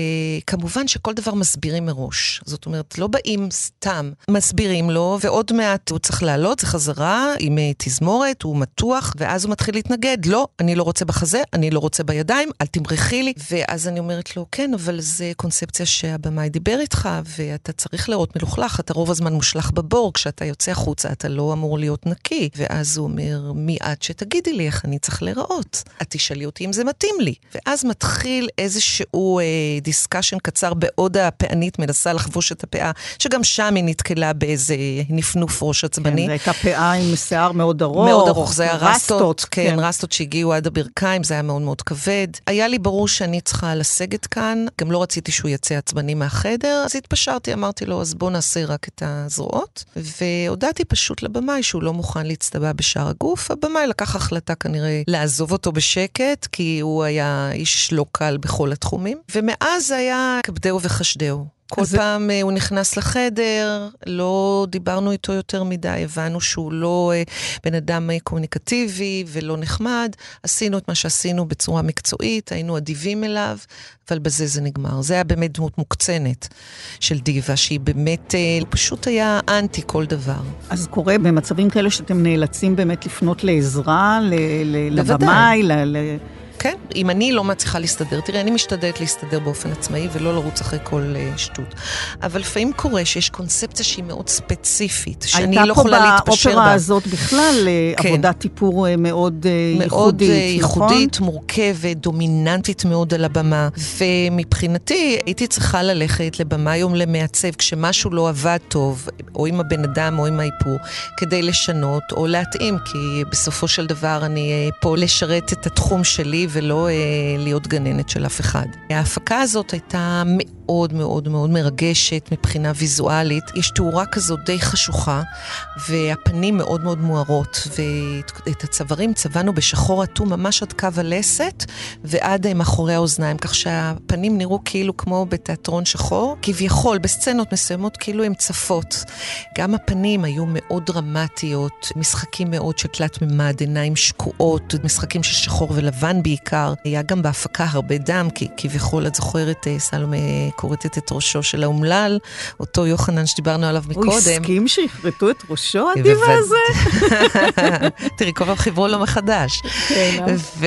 וכמובן שכל דבר מסבירים מראש. זאת אומרת, לא באים סתם, מסבירים לו, ועוד מעט הוא צריך לעלות, זה חזרה עם תזמורת, הוא מתוח, ואז הוא מתחיל להתנגד. לא, אני לא רוצה בחזה, אני לא רוצה בידיים, אל תמרחי לי. ואז אני אומרת לו, כן, אבל זה קונספציה שהבמאי דיבר איתך, ואתה צריך לראות מלוכלך, אתה רוב הזמן מושלך בבור, כשאתה יוצא החוצה, אתה לא אמור להיות נקי. ואז הוא אומר, מי עד שתגידי לי איך אני צריך לראות? את תשאלי אותי אם זה מתאים לי. ואז מתחיל איזשהו דיסקשן קצר בעוד הפענית, מנסה לחבוש את הפאה, שגם שם היא נתקלה באיזה נפנוף ראש עצבני. כן, זה הייתה פאה עם שיער מאוד ארוך. מאוד ארוך, זה היה רסטות, רסטות, כן, כן, רסטות שהגיעו עד הברכיים, זה היה מאוד מאוד כבד. היה לי ברור שאני צריכה לסגת כאן, גם לא רציתי שהוא יצא עצבני מהחדר, אז התפשרתי, אמרתי לו, אז בוא נעשה רק את הזרועות, והודעתי פשוט לבמאי שהוא לא מוכן להצטבע בשאר הגוף. הבמאי לקח החלטה כנראה לעזוב אותו בשקט, כי הוא היה איש לא קל בכל התחומים, ומאז זה היה כבדהו וחשדהו. כל זה... פעם הוא נכנס לחדר, לא דיברנו איתו יותר מדי, הבנו שהוא לא בן אדם קומוניקטיבי ולא נחמד, עשינו את מה שעשינו בצורה מקצועית, היינו אדיבים אליו, אבל בזה זה נגמר. זה היה באמת דמות מוקצנת של דיבה, שהיא באמת, פשוט היה אנטי כל דבר. אז קורה במצבים כאלה שאתם נאלצים באמת לפנות לעזרה, לבמאי, ל... ל... כן, אם אני לא מצליחה להסתדר, תראי, אני משתדלת להסתדר באופן עצמאי, ולא לרוץ אחרי כל uh, שטות. אבל לפעמים קורה שיש קונספציה שהיא מאוד ספציפית, שאני לא יכולה להתפשר בה. הייתה פה באופרה הזאת בכלל כן. עבודת טיפור מאוד, מאוד ייחודית, מאוד ייחודית, נכון? מורכבת, דומיננטית מאוד על הבמה, ומבחינתי הייתי צריכה ללכת לבמה יום למעצב, כשמשהו לא עבד טוב, או עם הבן אדם או עם האיפור, כדי לשנות או להתאים, כי בסופו של דבר אני פה לשרת את התחום שלי, ולא אה, להיות גננת של אף אחד. ההפקה הזאת הייתה מאוד מאוד מאוד מרגשת מבחינה ויזואלית. יש תאורה כזו די חשוכה, והפנים מאוד מאוד מוארות, ואת הצווארים צבענו בשחור אטום ממש עד קו הלסת, ועד מאחורי האוזניים, כך שהפנים נראו כאילו כמו בתיאטרון שחור, כביכול בסצנות מסוימות כאילו הן צפות. גם הפנים היו מאוד דרמטיות, משחקים מאוד של תלת ממד, עיניים שקועות, משחקים של שחור ולבן בעיקר. היה גם בהפקה הרבה דם, כי כביכול את זוכרת סלומה כורתת את ראשו של האומלל, אותו יוחנן שדיברנו עליו מקודם. הוא הסכים שיפרטו את ראשו, הדיבה הזה? תראי, כל פעם חיברו לו מחדש. כן,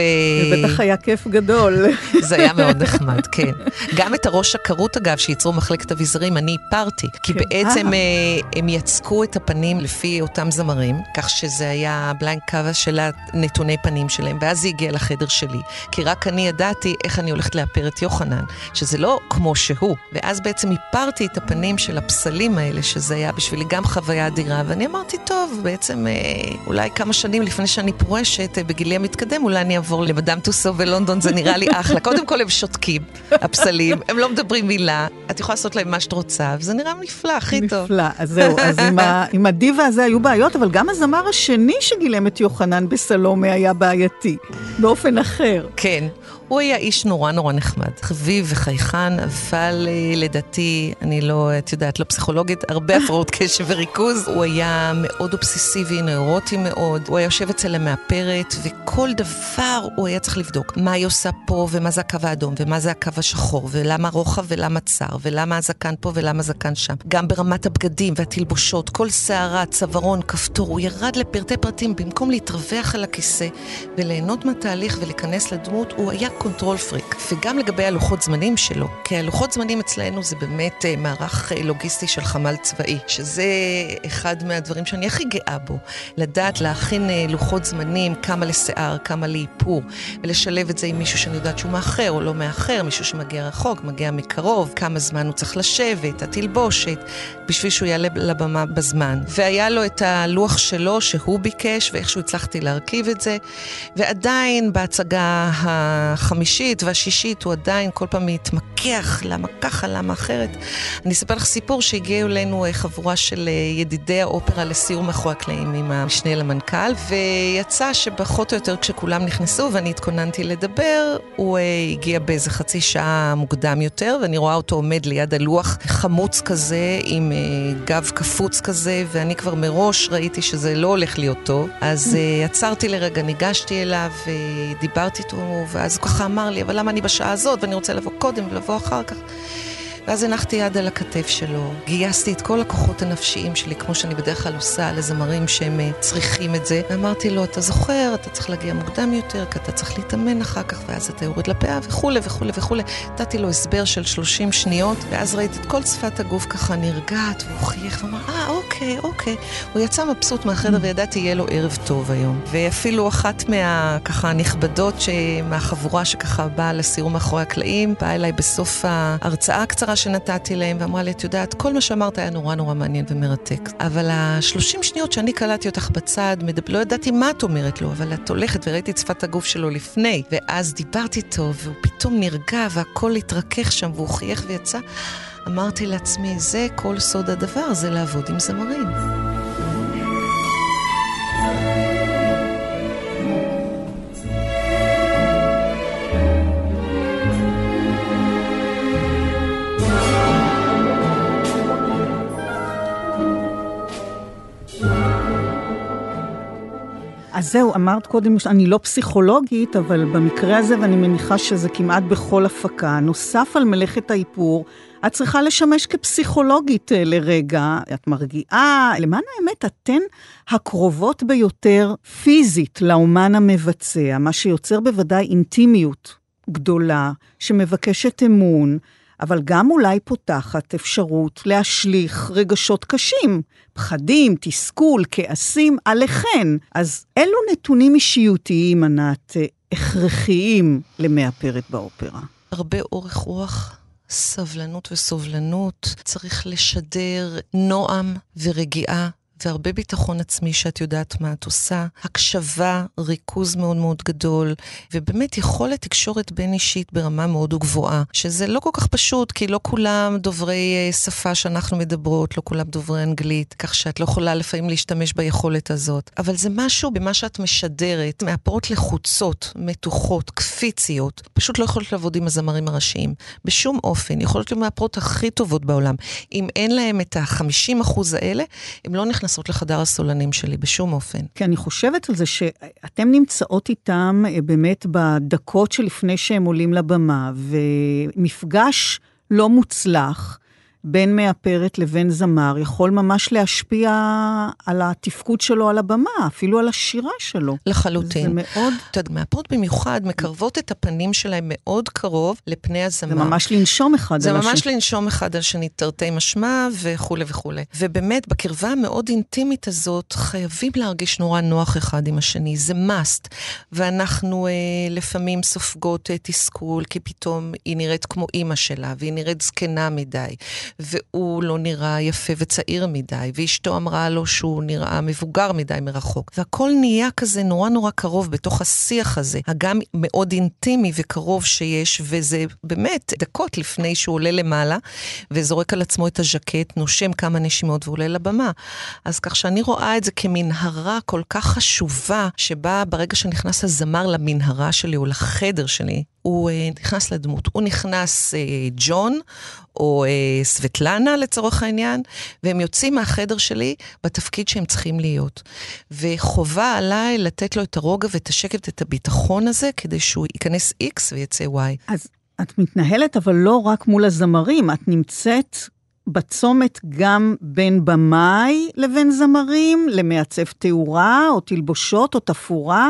ובטח היה כיף גדול. זה היה מאוד נחמד, כן. גם את הראש הכרות, אגב, שייצרו מחלקת אביזרים, אני איפרתי, כי בעצם הם יצקו את הפנים לפי אותם זמרים, כך שזה היה בליינד קאבה של הנתוני פנים שלהם, ואז זה הגיע לחדר שלי, כי רק אני ידעתי איך אני הולכת לאפר את יוחנן, שזה לא כמו שהוא, ואז בעצם איפרתי את הפנים של הפסלים האלה, שזה היה בשבילי גם חוויה אדירה, ואני אמרתי, טוב, בעצם אולי כמה שנים לפני שאני פורשת, בגילי המתקדם, אולי אני אעבור למדאם טוסו בלונדון, זה נראה לי אחלה. קודם כל הם שותקים, הפסלים, הם לא מדברים מילה, את יכולה לעשות להם מה שאת רוצה, וזה נראה נפלא, הכי טוב. נפלא, אז זהו, אז עם, ה, עם הדיבה הזה היו בעיות, אבל גם הזמר השני שגילם את יוחנן בסלומה היה בעייתי, באופן אחר. כן. הוא היה איש נורא נורא נחמד, חביב וחייכן, אבל לדעתי, אני לא, את יודעת, לא פסיכולוגית, הרבה הפרעות קשב וריכוז. הוא היה מאוד אובססיבי, נוירוטי מאוד, הוא היה יושב אצל המאפרת, וכל דבר הוא היה צריך לבדוק. מה היא עושה פה, ומה זה הקו האדום, ומה זה הקו השחור, ולמה רוחב ולמה צר, ולמה הזקן פה ולמה זקן שם. גם ברמת הבגדים והתלבושות, כל שערה, צווארון, כפתור, הוא ירד לפרטי פרטים, במקום להתרווח על הכיסא, וליהנות מהתהליך ולהיכנס לדמות, הוא היה קונטרול פריק, וגם לגבי הלוחות זמנים שלו, כי הלוחות זמנים אצלנו זה באמת uh, מערך uh, לוגיסטי של חמ"ל צבאי, שזה אחד מהדברים שאני הכי גאה בו, לדעת להכין uh, לוחות זמנים, כמה לשיער, כמה לאיפור, ולשלב את זה עם מישהו שאני יודעת שהוא מאחר או לא מאחר, מישהו שמגיע רחוק, מגיע מקרוב, כמה זמן הוא צריך לשבת, התלבושת, בשביל שהוא יעלה לבמה בזמן. והיה לו את הלוח שלו שהוא ביקש, ואיכשהו הצלחתי להרכיב את זה, ועדיין בהצגה החמישית והשישית הוא עדיין כל פעם מתמקח, למה ככה, למה אחרת. אני אספר לך סיפור שהגיעו אלינו חבורה של ידידי האופרה לסיור מאחורי הקלעים עם המשנה למנכ"ל, ויצא שבחות או יותר כשכולם נכנסו ואני התכוננתי לדבר, הוא הגיע באיזה חצי שעה מוקדם יותר, ואני רואה אותו עומד ליד הלוח חמוץ כזה, עם גב קפוץ כזה, ואני כבר מראש ראיתי שזה לא הולך להיות טוב, אז עצרתי לרגע, ניגשתי אליו ודיברתי איתו, ואז הוא ככה אמר לי, אבל למה אני בשעה הזאת, ואני רוצה לבוא קודם ולבוא אחר כך. ואז הנחתי יד על הכתף שלו, גייסתי את כל הכוחות הנפשיים שלי, כמו שאני בדרך כלל עושה לזמרים שהם צריכים את זה, ואמרתי לו, אתה זוכר, אתה צריך להגיע מוקדם יותר, כי אתה צריך להתאמן אחר כך, ואז אתה יורד לפאה וכו' וכו' וכו'. נתתי לו הסבר של שלושים שניות, ואז ראיתי את כל שפת הגוף ככה נרגעת, והוא חייך ואמר, אה, אוקיי, אוקיי. הוא יצא מבסוט מהחדר, וידעתי יהיה לו ערב טוב היום. ואפילו אחת מה, ככה, הנכבדות מהחבורה שככה באה לסיור מאחורי הקלעים, באה אליי בסוף ההרצאה הקצרה שנתתי להם, ואמרה לי, את יודעת, כל מה שאמרת היה נורא נורא מעניין ומרתק. אבל השלושים שניות שאני קלטתי אותך בצד, מדבר, לא ידעתי מה את אומרת לו, אבל את הולכת וראיתי את שפת הגוף שלו לפני, ואז דיברתי איתו, והוא פתאום נרגע, והכל התרכך שם, והוא חייך ויצא. אמרתי לעצמי, זה כל סוד הדבר, זה לעבוד עם זמרים. אז זהו, אמרת קודם, אני לא פסיכולוגית, אבל במקרה הזה, ואני מניחה שזה כמעט בכל הפקה, נוסף על מלאכת האיפור, את צריכה לשמש כפסיכולוגית לרגע, את מרגיעה, למען האמת, אתן הקרובות ביותר פיזית לאומן המבצע, מה שיוצר בוודאי אינטימיות גדולה, שמבקשת אמון, אבל גם אולי פותחת אפשרות להשליך רגשות קשים, פחדים, תסכול, כעסים, עליכן. אז אלו נתונים אישיותיים, ענת, הכרחיים למאפרת באופרה. הרבה אורך רוח, סבלנות וסובלנות, צריך לשדר נועם ורגיעה, והרבה ביטחון עצמי שאת יודעת מה את עושה, הקשבה, ריכוז מאוד מאוד גדול, ובאמת יכולת תקשורת בין אישית ברמה מאוד גבוהה, שזה לא כל כך פשוט, כי לא כולם דוברי שפה שאנחנו מדברות, לא כולם דוברי אנגלית, כך שאת לא יכולה לפעמים להשתמש ביכולת הזאת, אבל זה משהו במה שאת משדרת, מאפרות לחוצות, מתוחות, קפיציות, פשוט לא יכולת לעבוד עם הזמרים הראשיים, בשום אופן, יכולות להיות מאפרות הכי טובות בעולם, אם אין להם את ה-חמישים אחוז האלה, הם לא נכנסים לעשות לחדר הסולנים שלי, בשום אופן. כי אני חושבת על זה שאתם נמצאות איתם באמת בדקות שלפני שהם עולים לבמה, ומפגש לא מוצלח, בין מאפרת לבין זמר, יכול ממש להשפיע על התפקוד שלו על הבמה, אפילו על השירה שלו. לחלוטין. זה מאוד... מאפרות במיוחד מקרבות את הפנים שלהם מאוד קרוב לפני הזמר. זה ממש לנשום אחד זה על השני. ממש ש... לנשום אחד על שני, תרתי משמע וכו' וכו'. ובאמת, בקרבה המאוד אינטימית הזאת, חייבים להרגיש נורא נוח אחד עם השני. זה must. ואנחנו אה, לפעמים סופגות אה, תסכול, כי פתאום היא נראית כמו אימא שלה, והיא נראית זקנה מדי. והוא לא נראה יפה וצעיר מדי, ואשתו אמרה לו שהוא נראה מבוגר מדי מרחוק. והכל נהיה כזה נורא נורא קרוב בתוך השיח הזה, הגם מאוד אינטימי וקרוב שיש, וזה באמת דקות לפני שהוא עולה למעלה, וזורק על עצמו את הז'קט, נושם כמה נשימות ועולה לבמה. אז כך שאני רואה את זה כמנהרה כל כך חשובה, שבה ברגע שנכנס הזמר למנהרה שלי או לחדר שלי, הוא uh, נכנס לדמות, הוא נכנס uh, ג'ון, או uh, סבטלנה לצורך העניין, והם יוצאים מהחדר שלי בתפקיד שהם צריכים להיות. וחובה עליי לתת לו את הרוגע ואת השקט, את הביטחון הזה, כדי שהוא ייכנס X ויצא Y. אז את מתנהלת, אבל לא רק מול הזמרים, את נמצאת בצומת גם בין במאי לבין זמרים, למעצב תאורה, או תלבושות, או תפורה,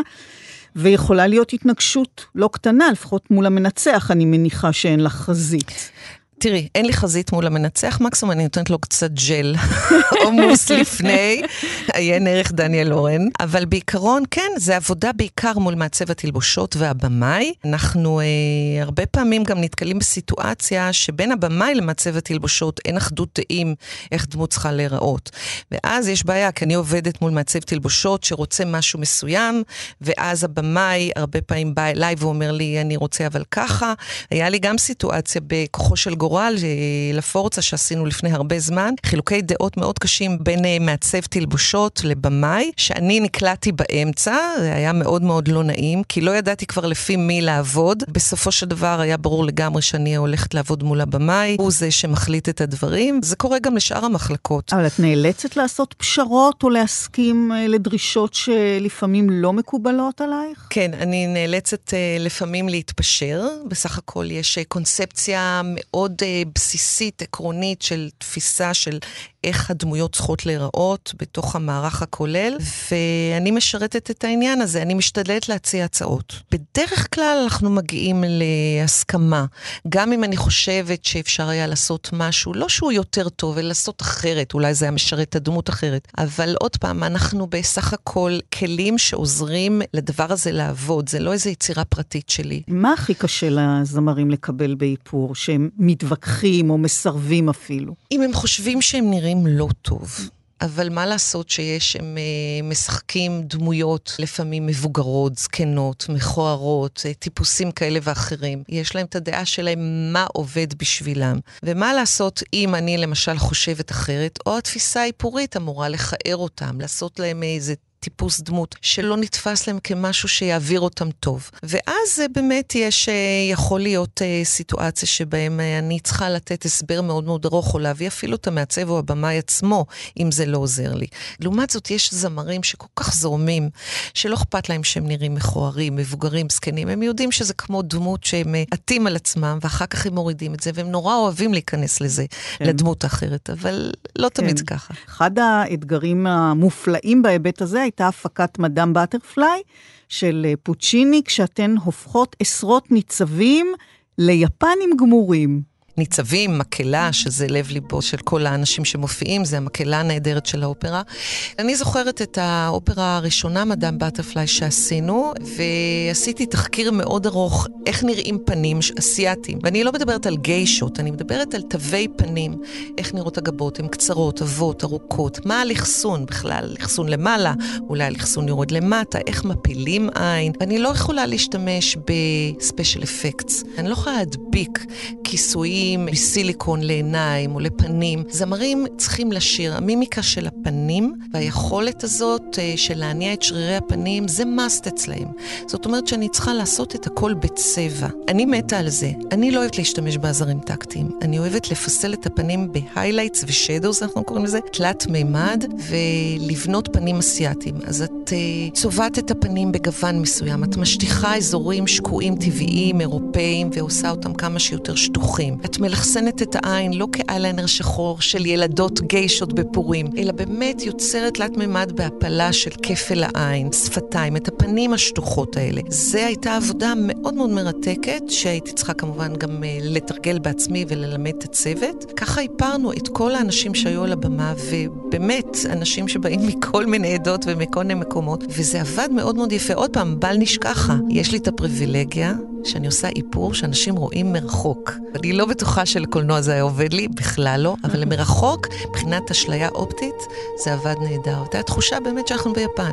ויכולה להיות התנגשות לא קטנה, לפחות מול המנצח, אני מניחה שאין לך חזית. תראי, אין לי חזית מול המנצח, מקסימום אני נותנת לו קצת ג'ל, או מוס לפני, עיין ערך דניאל אורן, אבל בעיקרון, כן, זה עבודה בעיקר מול מעצב התלבושות והבמאי. אנחנו אה, הרבה פעמים גם נתקלים בסיטואציה שבין הבמאי למעצב התלבושות אין אחדות דעים איך דמות צריכה להיראות. ואז יש בעיה, כי אני עובדת מול מעצב תלבושות שרוצה משהו מסוים, ואז הבמאי הרבה פעמים בא אליי ואומר לי, אני רוצה אבל ככה. היה לי גם סיטואציה בכוחו של גורל, לפורצה שעשינו לפני הרבה זמן, חילוקי דעות מאוד קשים בין מעצב תלבושות לבמאי, שאני נקלעתי באמצע, זה היה מאוד מאוד לא נעים, כי לא ידעתי כבר לפי מי לעבוד. בסופו של דבר היה ברור לגמרי שאני הולכת לעבוד מול הבמאי, הוא זה שמחליט את הדברים, זה קורה גם לשאר המחלקות. אבל את נאלצת לעשות פשרות או להסכים לדרישות שלפעמים לא מקובלות עלייך? כן, אני נאלצת לפעמים להתפשר, בסך הכל יש קונספציה מאוד בסיסית, עקרונית של תפיסה של איך הדמויות צריכות להיראות בתוך המערך הכולל, ואני משרתת את העניין הזה, אני משתדלת להציע הצעות. בדרך כלל אנחנו מגיעים להסכמה, גם אם אני חושבת שאפשר היה לעשות משהו, לא שהוא יותר טוב, אלא לעשות אחרת, אולי זה היה משרת את הדמות אחרת, אבל עוד פעם, אנחנו בסך הכל כלים שעוזרים לדבר הזה לעבוד, זה לא איזו יצירה פרטית שלי. מה הכי קשה לזמרים לקבל באיפור, שהם מתווכחים או מסרבים אפילו? אם הם חושבים שהם נראים לא טוב, אבל מה לעשות שיש, הם uh, משחקים דמויות לפעמים מבוגרות, זקנות, מכוערות, טיפוסים כאלה ואחרים. יש להם את הדעה שלהם מה עובד בשבילם. ומה לעשות אם אני למשל חושבת אחרת, או התפיסה האיפורית אמורה לחאר אותם, לעשות להם איזה טיפוס דמות שלא נתפס להם כמשהו שיעביר אותם טוב. ואז באמת יש, יכול להיות סיטואציה שבהם אני צריכה לתת הסבר מאוד מאוד ארוך, או להביא אפילו את המעצב או הבמאי עצמו, אם זה לא עוזר לי. לעומת זאת, יש זמרים שכל כך זורמים, שלא אכפת להם שהם נראים מכוערים, מבוגרים, זקנים. הם יודעים שזה כמו דמות שהם עטים על עצמם, ואחר כך הם מורידים את זה, והם נורא אוהבים להיכנס לזה, כן. לדמות אחרת, אבל לא כן. תמיד ככה. אחד האתגרים המופלאים בהיבט הזה, הייתה הפקת מדאם בטרפליי של פוצ'יני, כשאתן הופכות עשרות ניצבים ליפנים גמורים. ניצבים, מקלה, שזה לב ליבו של כל האנשים שמופיעים, זה המקלה הנהדרת של האופרה. אני זוכרת את האופרה הראשונה, מדאם בטרפליי, שעשינו, ועשיתי תחקיר מאוד ארוך, איך נראים פנים אסיאטיים. ואני לא מדברת על גיישות, אני מדברת על תווי פנים, איך נראות הגבות, הן קצרות, אבות, ארוכות, מה הלחסון בכלל, לחסון למעלה, אולי הלחסון יורד למטה, איך מפילים עין. ואני לא יכולה להשתמש בספיישל אפקטס. אני לא יכולה להדביק כיסויים מסיליקון לעיניים או לפנים. זמרים צריכים לשיר. המימיקה של הפנים והיכולת הזאת של להניע את שרירי הפנים, זה מאסט אצלהם. זאת אומרת שאני צריכה לעשות את הכל בצבע. אני מתה על זה. אני לא אוהבת להשתמש בעזרים טקטיים. אני אוהבת לפסל את הפנים בהיילייטס ושדוז, אנחנו קוראים לזה, תלת מימד, ולבנות פנים אסיאטיים. אז את את uh, צובעת את הפנים בגוון מסוים, את משטיחה אזורים שקועים טבעיים, אירופאים, ועושה אותם כמה שיותר שטוחים. את מלחסנת את העין לא כאייליינר שחור של ילדות גיישות בפורים, אלא באמת יוצרת תלת ממד בהפלה של כפל העין, שפתיים, את הפנים השטוחות האלה. זה הייתה עבודה מאוד מאוד מרתקת, שהייתי צריכה כמובן גם uh, לתרגל בעצמי וללמד את הצוות. ככה היפרנו את כל האנשים שהיו על הבמה, ובאמת אנשים שבאים מכל מיני עדות ומכל מיני מקומות, וזה עבד מאוד מאוד יפה. עוד פעם, בל נשכחה, יש לי את הפריבילגיה שאני עושה איפור שאנשים רואים מרחוק. אני לא בטוחה שלקולנוע זה היה עובד לי, בכלל לא, אבל למרחוק, מבחינת אשליה אופטית, זה עבד נהדר. הייתה תחושה באמת שאנחנו ביפן.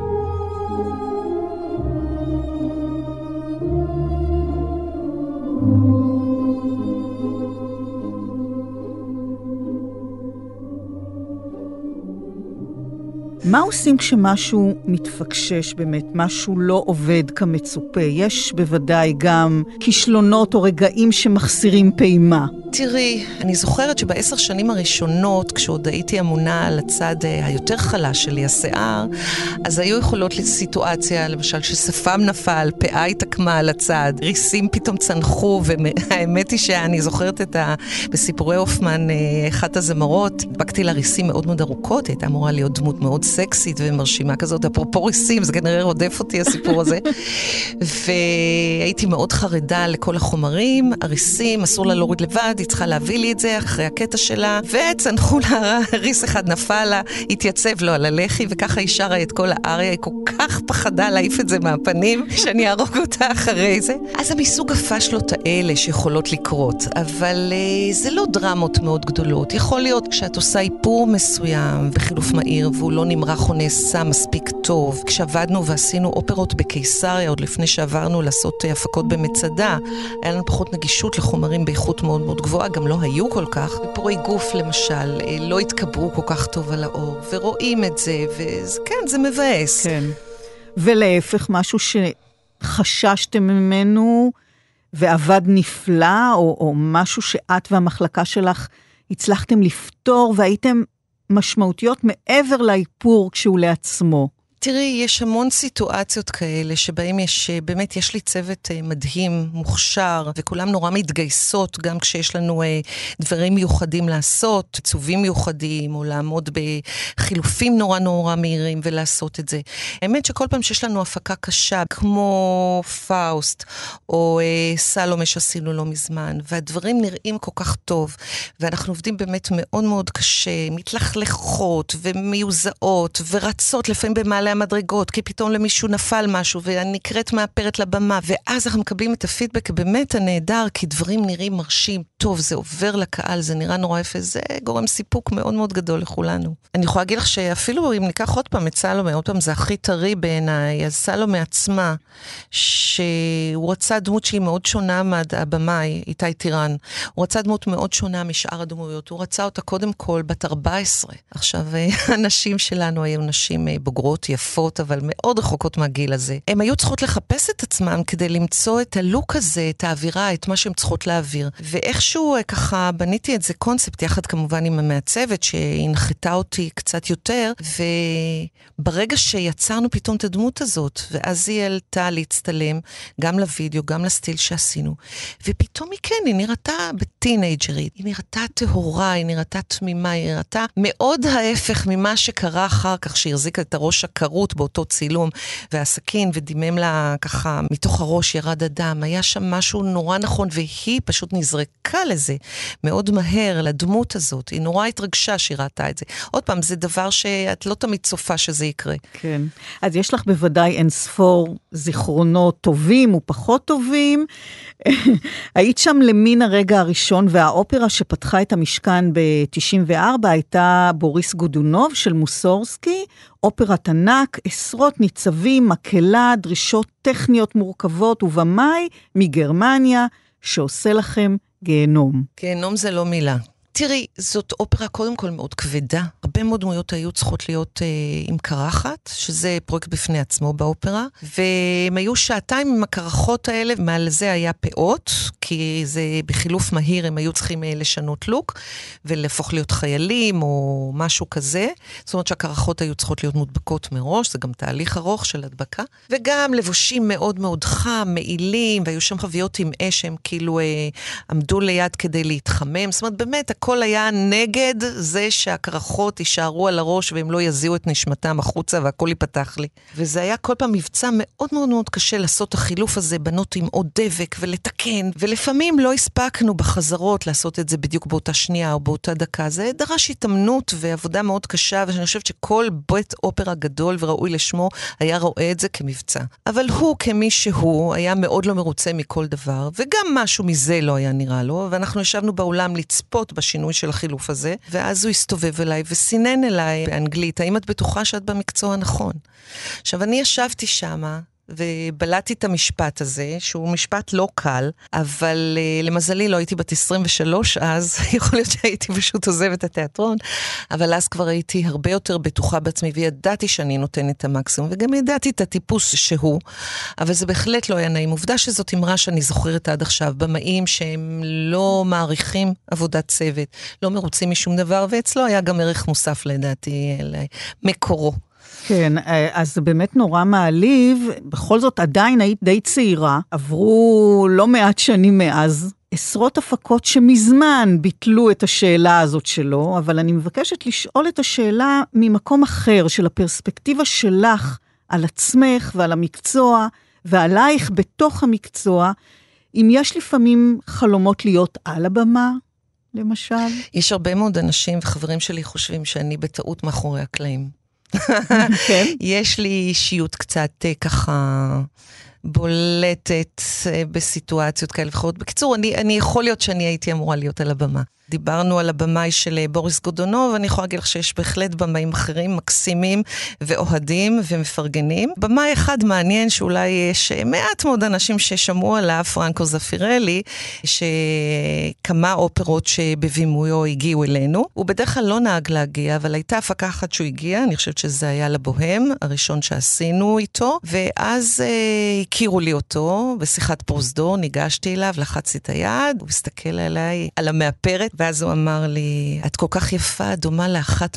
מה עושים כשמשהו מתפקשש באמת, משהו לא עובד כמצופה? יש בוודאי גם כישלונות או רגעים שמחסירים פעימה. תראי, אני זוכרת שבעשר שנים הראשונות, כשעוד הייתי אמונה על הצד היותר חלש שלי, השיער, אז היו יכולות לסיטואציה, למשל, ששפם נפל, פאה התעקמה על הצד, ריסים פתאום צנחו, והאמת היא שאני זוכרת את ה... בסיפורי אופמן, אחת הזמרות, בקתי לה ריסים מאוד מאוד ארוכות, הייתה אמורה להיות דמות מאוד סקסית ומרשימה כזאת, אפרופו ריסים, זה כנראה רודף אותי הסיפור הזה, והייתי מאוד חרדה לכל החומרים, הריסים, אסור לה להוריד לבד, היא צריכה להביא לי את זה אחרי הקטע שלה, וצנחו לה, ריס אחד נפל לה, התייצב לו על הלחי, וככה היא שרה את כל האריה, היא כל כך פחדה להעיף את זה מהפנים, שאני ארוג אותה אחרי זה. אז המסוג הפשלות האלה שיכולות לקרות, אבל uh, זה לא דרמות מאוד גדולות. יכול להיות כשאת עושה איפור מסוים בחילוף מהיר, והוא לא נמרח או נעשה מספיק טוב. כשעבדנו ועשינו אופרות בקיסריה, עוד לפני שעברנו לעשות הפקות במצדה, היה לנו פחות נגישות לחומרים באיכות מאוד מאוד גבוהה, גם לא היו כל כך. איפורי גוף למשל, לא התקברו כל כך טוב על האור, ורואים את זה, וכן, זה מבאס. כן. ולהפך, משהו שחששתם ממנו ועבד נפלא, או, או משהו שאת והמחלקה שלך הצלחתם לפתור, והייתם משמעותיות מעבר לאיפור כשהוא לעצמו. תראי, יש המון סיטואציות כאלה שבהם יש, באמת יש לי צוות מדהים, מוכשר, וכולם נורא מתגייסות, גם כשיש לנו דברים מיוחדים לעשות, עיצובים מיוחדים, או לעמוד בחילופים נורא נורא מהירים ולעשות את זה. האמת שכל פעם שיש לנו הפקה קשה, כמו פאוסט, או סלומה שעשינו לא מזמן, והדברים נראים כל כך טוב, ואנחנו עובדים באמת מאוד מאוד קשה, מתלכלכות ומיוזעות, ורצות לפעמים במעלה המדרגות, כי פתאום למישהו נפל משהו, ואני נקראת מאפרת לבמה, ואז אנחנו מקבלים את הפידבק באמת הנהדר, כי דברים נראים מרשים, טוב, זה עובר לקהל, זה נראה נורא יפה, זה גורם סיפוק מאוד מאוד גדול לכולנו. אני יכולה להגיד לך שאפילו אם ניקח עוד פעם את סלומה, עוד פעם זה הכי טרי בעיניי, אז סלומה עצמה, שהוא רצה דמות שהיא מאוד שונה מהבמאי, איתי טירן, הוא רצה דמות מאוד שונה משאר הדמויות, הוא רצה אותה קודם כל בת ארבע עשרה. עכשיו, הנשים שלנו היו נשים בוגרות יפות, אבל מאוד רחוקות מהגיל הזה. הם היו צריכות לחפש את עצמם כדי למצוא את הלוק הזה, את האווירה, את מה שהם צריכות להעביר. ואיכשהו ככה בניתי את זה קונספט, יחד כמובן עם המעצבת, שהנחתה אותי קצת יותר, וברגע שיצרנו פתאום את הדמות הזאת, ואז היא עלתה להצטלם, גם לוידאו, גם לסטיל שעשינו, ופתאום היא כן, היא נראתה בטינאג'רית, היא נראתה טהורה, היא נראתה תמימה, היא נראתה מאוד ההפך ממה שקרה אחר כך, שהרזיקה את הראש הקרות באותו צילום, והסכין, ודימם לה ככה, מתוך הראש ירד אדם, היה שם משהו נורא נכון, והיא פשוט נזרקה לזה, מאוד מהר, לדמות הזאת, היא נורא התרגשה שהיא ראתה את זה. עוד פעם, זה דבר שאת לא תמיד צופה שזה יקרה. כן. אז יש לך בוודאי אין ספור זיכרונות טובים ופחות טובים. היית שם למין הרגע הראשון, והאופרה שפתחה את המשכן ב-תשעים וארבע הייתה בוריס גודונוב של מוסורסקי, אופרת ענק, עשרות ניצבים, מקהלה, דרישות טכניות מורכבות ובמאי מגרמניה, שעושה לכם גיהנום. גיהנום זה לא מילה. תראי, זאת אופרה קודם כל מאוד כבדה. הרבה מאוד דמויות היו צריכות להיות אה, עם קרחת, שזה פרויקט בפני עצמו באופרה, והם היו שעתיים עם הקרחות האלה, מעל זה היה פאות, כי זה בחילוף מהיר הם היו צריכים אה, לשנות לוק, ולהפוך להיות חיילים או משהו כזה. זאת אומרת שהקרחות היו צריכות להיות מודבקות מראש, זה גם תהליך ארוך של הדבקה, וגם לבושים מאוד מאוד חם, מעילים, והיו שם חביות עם אש, הם כאילו אה, עמדו ליד כדי להתחמם. זאת אומרת, באמת, הכל היה נגד זה שהקרחות יישארו על הראש והם לא יזיעו את נשמתם החוצה והכל ייפתח לי. וזה היה כל פעם מבצע מאוד מאוד מאוד קשה לעשות החילוף הזה, בנות עם עוד דבק ולתקן, ולפעמים לא הספקנו בחזרות לעשות את זה בדיוק באותה שנייה או באותה דקה. זה דרש התאמנות ועבודה מאוד קשה, ואני חושבת שכל בית אופרה גדול וראוי לשמו היה רואה את זה כמבצע. אבל הוא כמי שהוא היה מאוד לא מרוצה מכל דבר, וגם משהו מזה לא היה נראה לו, ואנחנו ישבנו באולם לצפות בשינוי של החילוף הזה, ואז הוא הסתובב אליי וסינן אליי באנגלית, האם את בטוחה שאת במקצוע הנכון? עכשיו, אני ישבתי שמה, ובלעתי את המשפט הזה, שהוא משפט לא קל, אבל uh, למזלי לא הייתי בת עשרים ושלוש אז, יכול להיות שהייתי פשוט עוזבת את התיאטרון, אבל אז כבר הייתי הרבה יותר בטוחה בעצמי, וידעתי שאני נותנת את המקסימום, וגם ידעתי את הטיפוס שהוא, אבל זה בהחלט לא היה נעים. עובדה שזאת אמרה שאני זוכרת עד עכשיו, במאים שהם לא מעריכים עבודת צוות, לא מרוצים משום דבר, ואצלו היה גם ערך מוסף לדעתי, מקורו. כן, אז זה באמת נורא מעליב, בכל זאת עדיין היית די צעירה, עברו לא מעט שנים מאז, עשרות הפקות שמזמן ביטלו את השאלה הזאת שלו, אבל אני מבקשת לשאול את השאלה ממקום אחר, של הפרספקטיבה שלך על עצמך ועל המקצוע, ועלייך בתוך המקצוע, אם יש לפעמים חלומות להיות על הבמה, למשל? יש הרבה מאוד אנשים וחברים שלי חושבים שאני בטעות מאחורי הקלעים. כן. יש לי אישיות קצת ככה בולטת בסיטואציות כאלה וחורות. בקיצור, אני, אני יכול להיות שאני הייתי אמורה להיות על הבמה. דיברנו על הבמאי של בוריס גודונוב, ואני יכולה להגיד לך שיש בהחלט במאים אחרים מקסימים ואוהדים ומפרגנים. במאי אחד מעניין שאולי יש מעט מאוד אנשים ששמעו עליו, פרנקו זפירלי, שכמה אופרות שבבימויו הגיעו אלינו. הוא בדרך כלל לא נהג להגיע, אבל הייתה הפקה אחת שהוא הגיע, אני חושבת שזה היה לבוהם, הראשון שעשינו איתו, ואז אה, הכירו לי אותו, בשיחת פרוזדור, ניגשתי אליו, לחצתי את היד, הוא הסתכל עליי על המאפרת, ואז הוא אמר לי, את כל כך יפה, דומה לאחת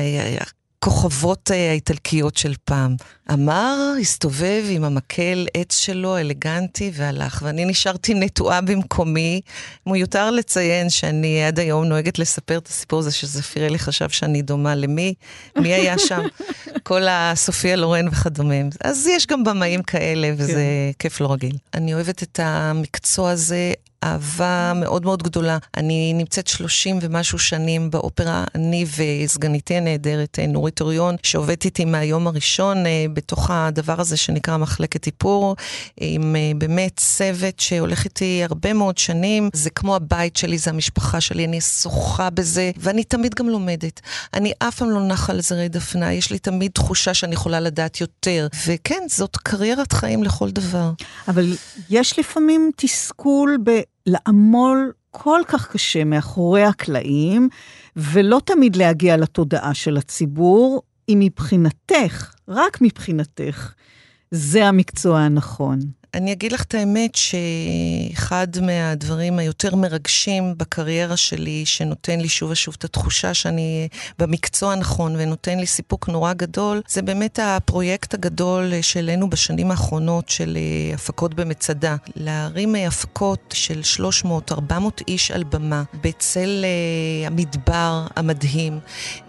מהכוכבות האיטלקיות של פעם. אמר, הסתובב עם המקל עץ שלו, אלגנטי, והלך. ואני נשארתי נטועה במקומי. מיותר לציין שאני עד היום נוהגת לספר את הסיפור הזה, שזפירלי חשב שאני דומה למי. מי היה שם? כל הסופיה לורן וכדומה. אז יש גם במאים כאלה, וזה כיף לא רגיל. אני אוהבת את המקצוע הזה, אהבה מאוד מאוד גדולה. אני נמצאת שלושים ומשהו שנים באופרה, אני וסגניתי הנהדרת נורית אוריון, שעובדת איתי מהיום הראשון בתוך הדבר הזה שנקרא מחלקת איפור, עם באמת צוות שהולך איתי הרבה מאוד שנים. זה כמו הבית שלי, זה המשפחה שלי, אני שוחה בזה, ואני תמיד גם לומדת. אני אף פעם לא נחה על זרי דפנה, יש לי תמיד תחושה שאני יכולה לדעת יותר, וכן, זאת קריירת חיים לכל דבר. אבל יש לפעמים תסכול ב... לעמול כל כך קשה מאחורי הקלעים, ולא תמיד להגיע לתודעה של הציבור, אם מבחינתך, רק מבחינתך, זה המקצוע הנכון. אני אגיד לך את האמת שאחד מהדברים היותר מרגשים בקריירה שלי, שנותן לי שוב ושוב את התחושה שאני במקצוע הנכון, ונותן לי סיפוק נורא גדול, זה באמת הפרויקט הגדול שלנו בשנים האחרונות של הפקות במצדה. להרים הפקות של שלוש מאות ארבע מאות איש על במה, בצל המדבר המדהים,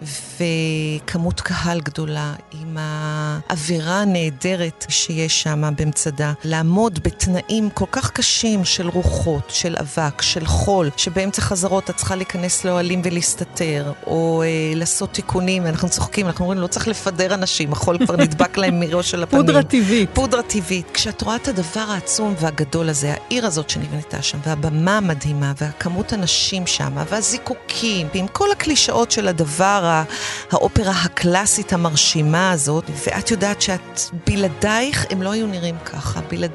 וכמות קהל גדולה, עם האווירה הנהדרת שיש שם במצדה. לעמוד בתנאים כל כך קשים של רוחות, של אבק, של חול, שבאמצע חזרות את צריכה להיכנס לאוהלים ולהסתתר, או אה, לעשות תיקונים, ואנחנו צוחקים, אנחנו אומרים, לא צריך לפדר אנשים, החול כבר נדבק להם מראש של הפנים. פודרה טבעית. פודרה טבעית. כשאת רואה את הדבר העצום והגדול הזה, העיר הזאת שנבנתה שם, והבמה המדהימה, והכמות הנשים שם, והזיקוקים, ועם כל הקלישאות של הדבר, האופרה הקלאסית המרשימה הזאת, ואת יודעת שאת בלעדייך, הם לא היו נראים ככה, בלעדייך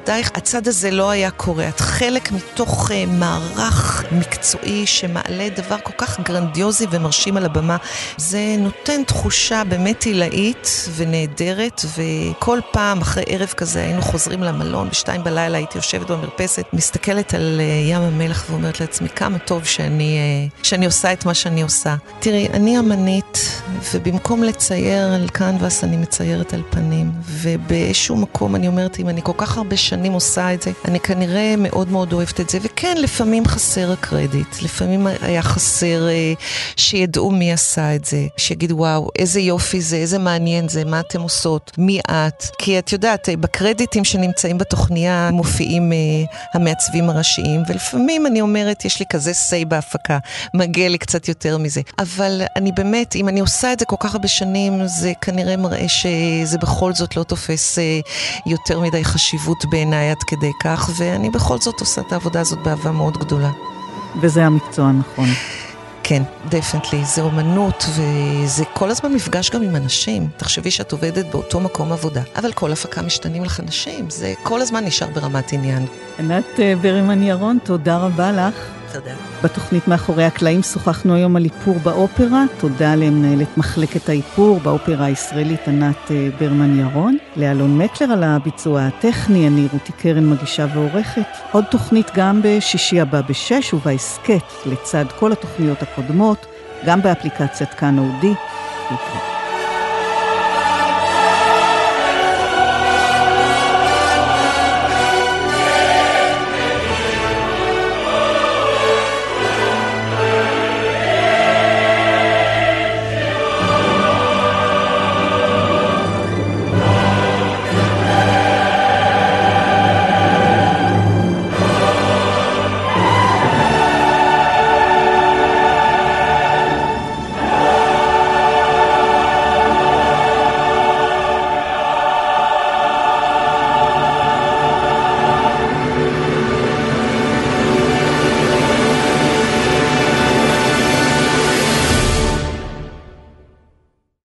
בלעדייך הצד הזה לא היה קורה. את חלק מתוך uh, מערך מקצועי שמעלה דבר כל כך גרנדיוזי ומרשים על הבמה. זה נותן תחושה באמת עילאית ונהדרת, וכל פעם אחרי ערב כזה היינו חוזרים למלון, בשתיים בלילה הייתי יושבת במרפסת, מסתכלת על uh, ים המלח ואומרת לעצמי כמה טוב שאני, uh, שאני עושה את מה שאני עושה. תראי, אני אמנית, ובמקום לצייר על קנבס אני מציירת על פנים, ובאיזשהו מקום אני אומרת, אם אני כל כך הרבה שנים עושה את זה, אני כנראה מאוד מאוד אוהבת את זה, וכן, לפעמים חסר הקרדיט, לפעמים היה חסר uh, שידעו מי עשה את זה, שיגידו וואו, איזה יופי זה, איזה מעניין זה, מה אתם עושות, מי את, כי את יודעת, בקרדיטים שנמצאים בתוכניה מופיעים uh, המעצבים הראשיים, ולפעמים אני אומרת, יש לי כזה סי בהפקה, מגיע לי קצת יותר מזה, אבל אני באמת, אם אני עושה את זה כל כך הרבה שנים, זה כנראה מראה שזה בכל זאת לא תופס יותר מדי חשיבות בעיניי עד כדי כך, ואני בכל זאת עושה את העבודה הזאת באהבה מאוד גדולה. וזה המקצוע הנכון. כן, definitely. זה אומנות, וזה כל הזמן מפגש גם עם אנשים. תחשבי שאת עובדת באותו מקום עבודה, אבל כל הפקה משתנים לך אנשים. זה כל הזמן נשאר ברמת עניין. ענת ברימן ירון, תודה רבה לך. תודה. בתוכנית מאחורי הקלעים שוחחנו היום על איפור באופרה. תודה למנהלת מחלקת האיפור באופרה הישראלית ענת ברמן ירון. לאלון מקלר על הביצוע הטכני, אני רותי קרן מגישה ועורכת. עוד תוכנית גם בשישי הבא בשש ובהסקט לצד כל התוכניות הקודמות, גם באפליקציית כאן אודי. להתראות.